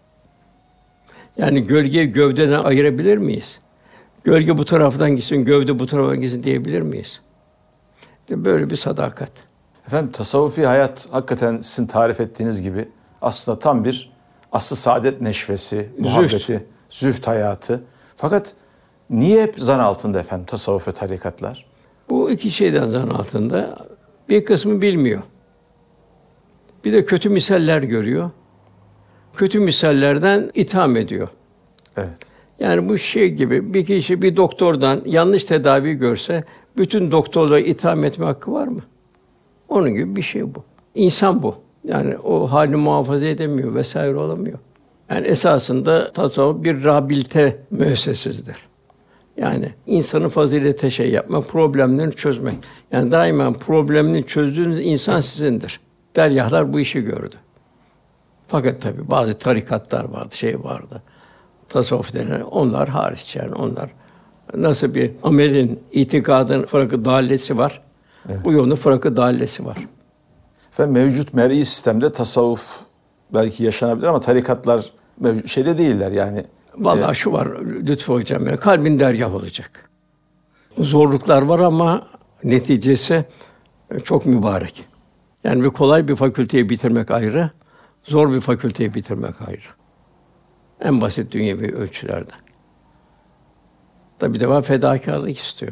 Yani gölgeyi gövdeden ayırabilir miyiz? Gölge bu taraftan gitsin, gövde bu taraftan gitsin diyebilir miyiz? İşte böyle bir sadakat. Efendim tasavvufi hayat hakikaten sizin tarif ettiğiniz gibi aslında tam bir asr-ı saadet neşvesi, muhabbeti, zühd, zühd hayatı. Fakat niye hep zan altında efendim tasavvuf ve tarikatlar? Bu iki şeyden zan altında. Bir kısmı bilmiyor. Bir de kötü misaller görüyor. Kötü misallerden itham ediyor. Evet. Yani bu şey gibi, bir kişi bir doktordan yanlış tedavi görse, bütün doktorları itham etme hakkı var mı? Onun gibi bir şey bu. İnsan bu. Yani o halini muhafaza edemiyor vesaire olamıyor. Yani esasında tasavvuf bir rehabilite müessesesidir. Yani insanın fazilete şey yapmak, problemlerini çözmek. Yani daima problemini çözdüğünüz insan sizindir. Dergâhlar bu işi gördü. Fakat tabii bazı tarikatlar vardı, şey vardı. Tasavvuf denen onlar hariç yani onlar nasıl bir amelin, itikadın fırakı dâllesi var. Evet. Bu yolun fırakı dâllesi var. Efendim mevcut mer'i sistemde tasavvuf belki yaşanabilir ama tarikatlar mevcut şeyde değiller yani. Vallahi ee, şu var Lütfü Hocam, yani kalbin dergâh olacak. Zorluklar var ama neticesi çok mübarek. Yani bir kolay bir fakülteyi bitirmek ayrı, zor bir fakülteyi bitirmek ayrı. En basit dünyevi ölçülerde. Tabi bir defa fedakârlık istiyor.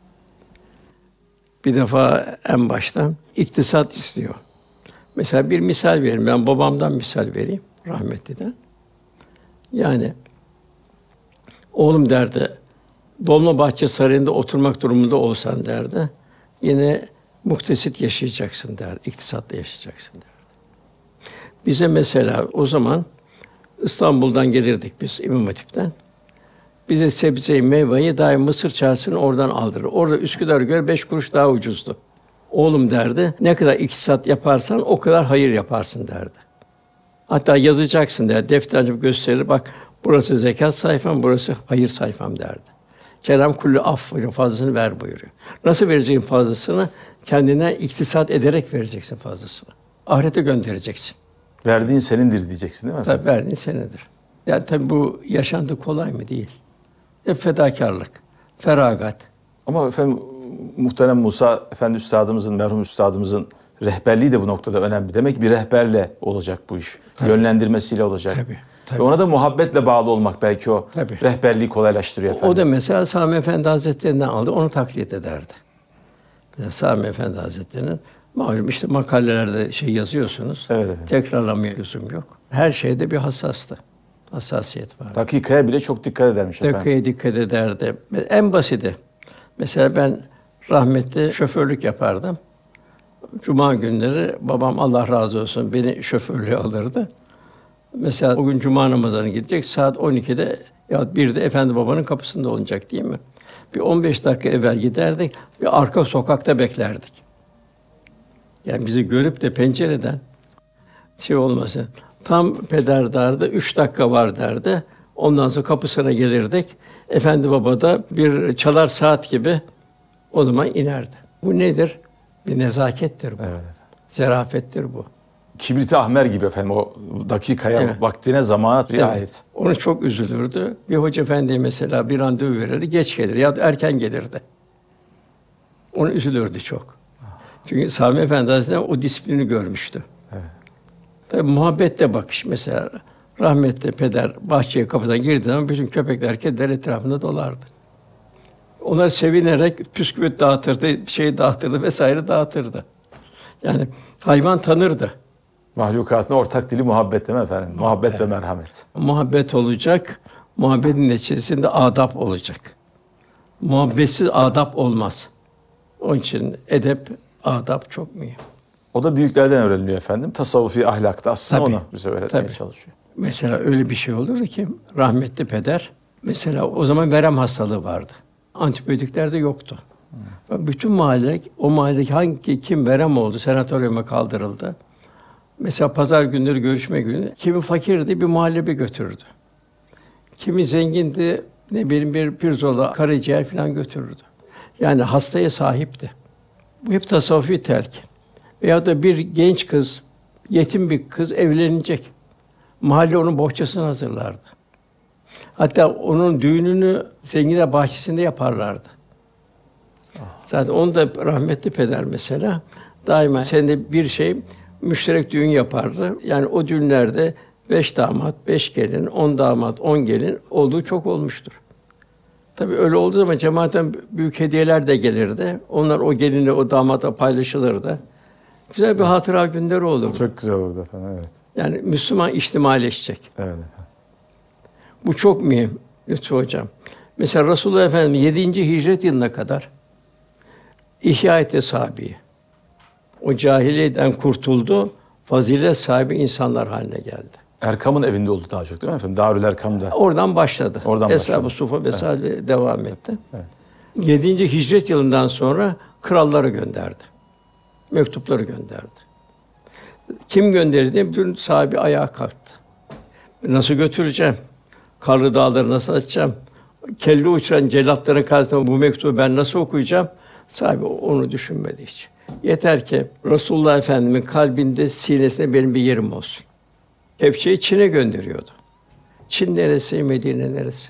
Bir defa en baştan iktisat istiyor. Mesela bir misal vereyim. Ben babamdan misal vereyim, rahmetliden. Yani oğlum derdi, Dolmabahçe Sarayı'nda oturmak durumunda olsan derdi, yine muktesit yaşayacaksın derdi, iktisatla yaşayacaksın derdi. Bize mesela o zaman İstanbul'dan gelirdik biz İmam Hatip'ten. Bize sebzeyi, meyveyi daim Mısır Çarşısı'nın oradan aldırır. Orada Üsküdar'a göre beş kuruş daha ucuzdu. Oğlum derdi, ne kadar iktisat yaparsan o kadar hayır yaparsın derdi. Hatta yazacaksın derdi, defterci gösterir, bak burası zekat sayfam, burası hayır sayfam derdi. Cenab-ı Kullu aff buyuruyor, fazlasını ver buyuruyor. Nasıl vereceğin fazlasını? Kendine iktisat ederek vereceksin fazlasını. Ahirete göndereceksin. Verdiğin senindir diyeceksin değil mi efendim? Tabii verdiğin senindir. Yani tabii bu yaşantı kolay mı? Değil. Hep fedakârlık, feragat. Ama efendim muhterem Musa Efendi üstadımızın, merhum üstadımızın rehberliği de bu noktada önemli. Demek ki bir rehberle olacak bu iş. Tabii. Yönlendirmesiyle olacak. Tabii, tabii. Ve ona da muhabbetle bağlı olmak belki o tabii. Rehberliği kolaylaştırıyor efendim. O da mesela Sami Efendi Hazretleri'nden aldı, onu taklit ederdi. Yani Sami Efendi Hazretleri'nin malum işte makalelerde şey yazıyorsunuz. Evet, evet. Tekrarlamaya lüzum yok. Her şeyde bir hassastı. Hassasiyet var. Dakikaya bile çok dikkat edermiş efendim. Dakikaya dikkat ederdi. En basiti. Mesela ben rahmetli şoförlük yapardım. Cuma günleri babam Allah razı olsun beni şoförlüğe alırdı. Mesela o gün cuma namazına gidecek, saat on ikide ya birde efendi babanın kapısında olacak değil mi? Bir on beş dakika evvel giderdik, bir arka sokakta beklerdik. Yani bizi görüp de pencereden şey olmasın. Tam peder derdi, üç dakika var derdi. Ondan sonra kapısına gelirdik. Efendi baba da bir çalar saat gibi o zaman inerdi. Bu nedir? Bir nezakettir bu. Evet. Zerafettir bu. kibrit-i ahmer gibi efendim, o dakikaya, Evet. vaktine, zamana riayet. Evet. Onu çok üzülürdü. Bir hoca efendiye mesela bir randevu verirdi, geç gelir ya da erken gelirdi. Onu üzülürdü çok. Çünkü Sami Efendi Hazretleri o disiplini görmüştü. Evet. Tabii muhabbetle bakış mesela. Rahmetli peder bahçeye kapıdan girdiği zaman bütün köpekler, kediler etrafında dolardı. Onlar sevinerek püsküvit dağıtırdı, şey dağıtırdı vesaire dağıtırdı. Yani hayvan tanırdı. Mahlukatın ortak dili muhabbet değil mi efendim? Muhabbet ve merhamet. Muhabbet olacak, muhabbetin neticesinde adap olacak. Muhabbetsiz adap olmaz. Onun için edep, adap çok mühim. O da büyüklerden öğreniliyor efendim. Tasavvufi ahlakta aslında Tabii, onu bize öğretmeye tabii. çalışıyor. Mesela öyle bir şey olurdu ki rahmetli peder, mesela o zaman verem hastalığı vardı. Antibiyotikler de yoktu. Hmm. Bütün mahalle, o mahalledeki hangi kim verem oldu, sanatoryuma kaldırıldı. Mesela pazar günleri görüşme günü, kimi fakirdi bir muhallebi götürürdü. Kimi zengindi, ne bileyim bir pirzola, karaciğer falan götürürdü. Yani hastaya sahipti. Bu hep tasavvufi telkin. Veya da bir genç kız, yetim bir kız evlenecek. Mahalle onun bohçasını hazırlardı. Hatta onun düğününü zenginler bahçesinde yaparlardı. Zaten onu da rahmetli peder mesela daima senede bir şey müşterek düğün yapardı. Yani o düğünlerde beş damat, beş gelin, on damat, on gelin olduğu çok olmuştur. Tabii öyle olduğu zaman cemaatten büyük hediyeler de gelirdi. Onlar o gelinle, o damata paylaşılırdı. Güzel bir hatıra günleri olurdu. Çok güzel olurdu efendim, evet. Yani Müslüman içtimaileşecek. Evet efendim. Bu çok mühim Lütfü Hocam. Mesela Resulullah Efendimiz yedinci hicret yılına kadar ihya etti sahabeyi. O cahiliyeden kurtuldu, fazilet sahibi insanlar haline geldi. Erkam'ın evinde oldu daha çok değil mi efendim? Darül Erkam'da. Oradan başladı. Oradan Eshab-ı başladı. Suffa vesaire evet. devam etti. Evet. yedinci hicret yılından sonra kralları gönderdi. Mektupları gönderdi. Kim gönderdi? Bütün sahabe ayağa kalktı. Nasıl götüreceğim? Karlı dağları nasıl açacağım? Kelle uçuran cellatların karşısında bu mektubu ben nasıl okuyacağım? Sahabe onu düşünmedi hiç. Yeter ki Resulullah Efendimiz'in kalbinde, sinesinde benim bir yerim olsun. Kepçeyi Çin'e gönderiyordu. Çin neresi, Medine neresi?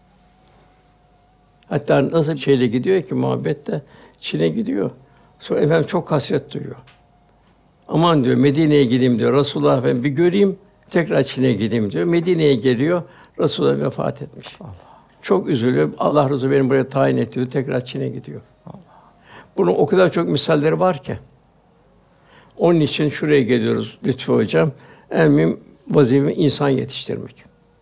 Hatta nasıl şeyle gidiyor ki muhabbette Çin'e gidiyor. Sonra efendim çok hasret duyuyor. Aman diyor Medine'ye gideyim diyor. Resulullah Efendimiz bir göreyim, tekrar Çin'e gideyim diyor. Medine'ye geliyor. Resulullah vefat etmiş. Allah. Çok üzülüyor. Allah Resulü beni buraya tayin etti diyor. Tekrar Çin'e gidiyor. Allah. Bunun o kadar çok misalleri var ki. Onun için şuraya geliyoruz Lütfü Hocam. En mühim vazifemiz insan yetiştirmek.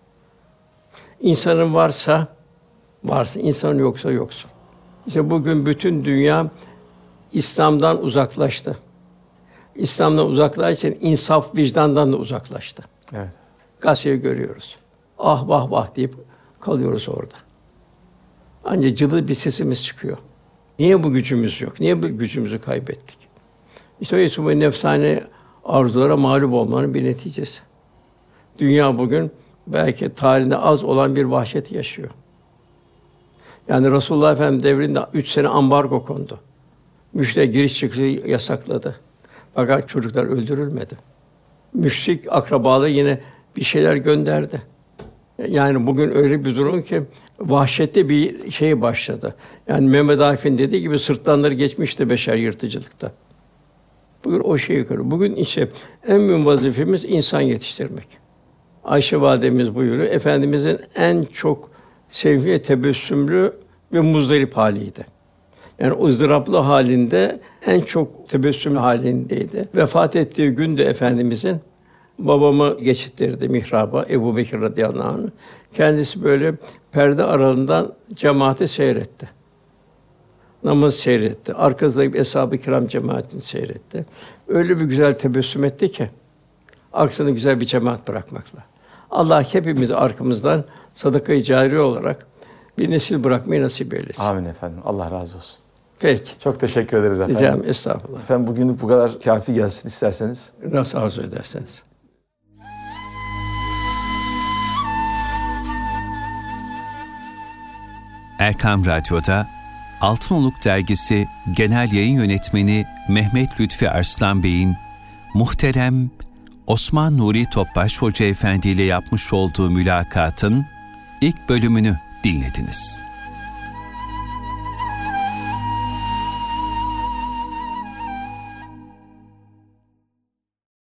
İnsanın varsa varsın, insanın yoksa yoksun. İşte bugün bütün dünya İslam'dan uzaklaştı. İslam'dan uzaklaştığı için insaf, vicdandan da uzaklaştı. Evet. Gazeteyi görüyoruz. Ah vah vah deyip kalıyoruz orada. Ancak cıvıl bir sesimiz çıkıyor. Niye bu gücümüz yok? Niye bu gücümüzü kaybettik? İşte o bu nefsane arzulara mağlup olmanın bir neticesi. Dünya bugün belki tarihinde az olan bir vahşet yaşıyor. Yani Resulullah Efendimiz devrinde üç sene ambargo kondu. Müşrik giriş çıkışı yasakladı. Fakat çocuklar öldürülmedi. Müşrik akrabaları yine bir şeyler gönderdi. Yani bugün öyle bir durum ki vahşetli bir şey başladı. Yani Mehmet Akif'in dediği gibi sırtlanları geçmişti beşer yırtıcılıkta. Bugün o şey yukarı. Bugün işte en mühim vazifemiz insan yetiştirmek. Ayşe validemiz buyuruyor. Efendimizin en çok sevgi, tebessümlü ve muzdarip haliydi. Yani o ızdıraplı halinde en çok tebessümlü halindeydi. Vefat ettiği gün de Efendimizin babamı geçittirdi mihraba, Ebubekir radıyallahu anh. Kendisi böyle perde aralığından cemaati seyretti. Namaz seyretti. Arkasındaki eshab-ı kiram cemaatini seyretti. Öyle bir güzel tebessüm etti ki aksine güzel bir cemaat bırakmakla. Allah hepimizi arkamızdan sadaka-i cariye olarak bir nesil bırakmayı nasip eylesin. Amin efendim. Allah razı olsun. Peki. Çok teşekkür ederiz efendim. Ricam estağfurullah. Efendim bugünlük bu kadar kâfi gelsin isterseniz. Nasıl arzu ederseniz. Erkam Radyo'da Altınoluk Dergisi Genel Yayın Yönetmeni Mehmet Lütfi Arslan Bey'in muhterem Osman Nuri Topbaş Hoca Efendi ile yapmış olduğu mülakatın ilk bölümünü dinlediniz.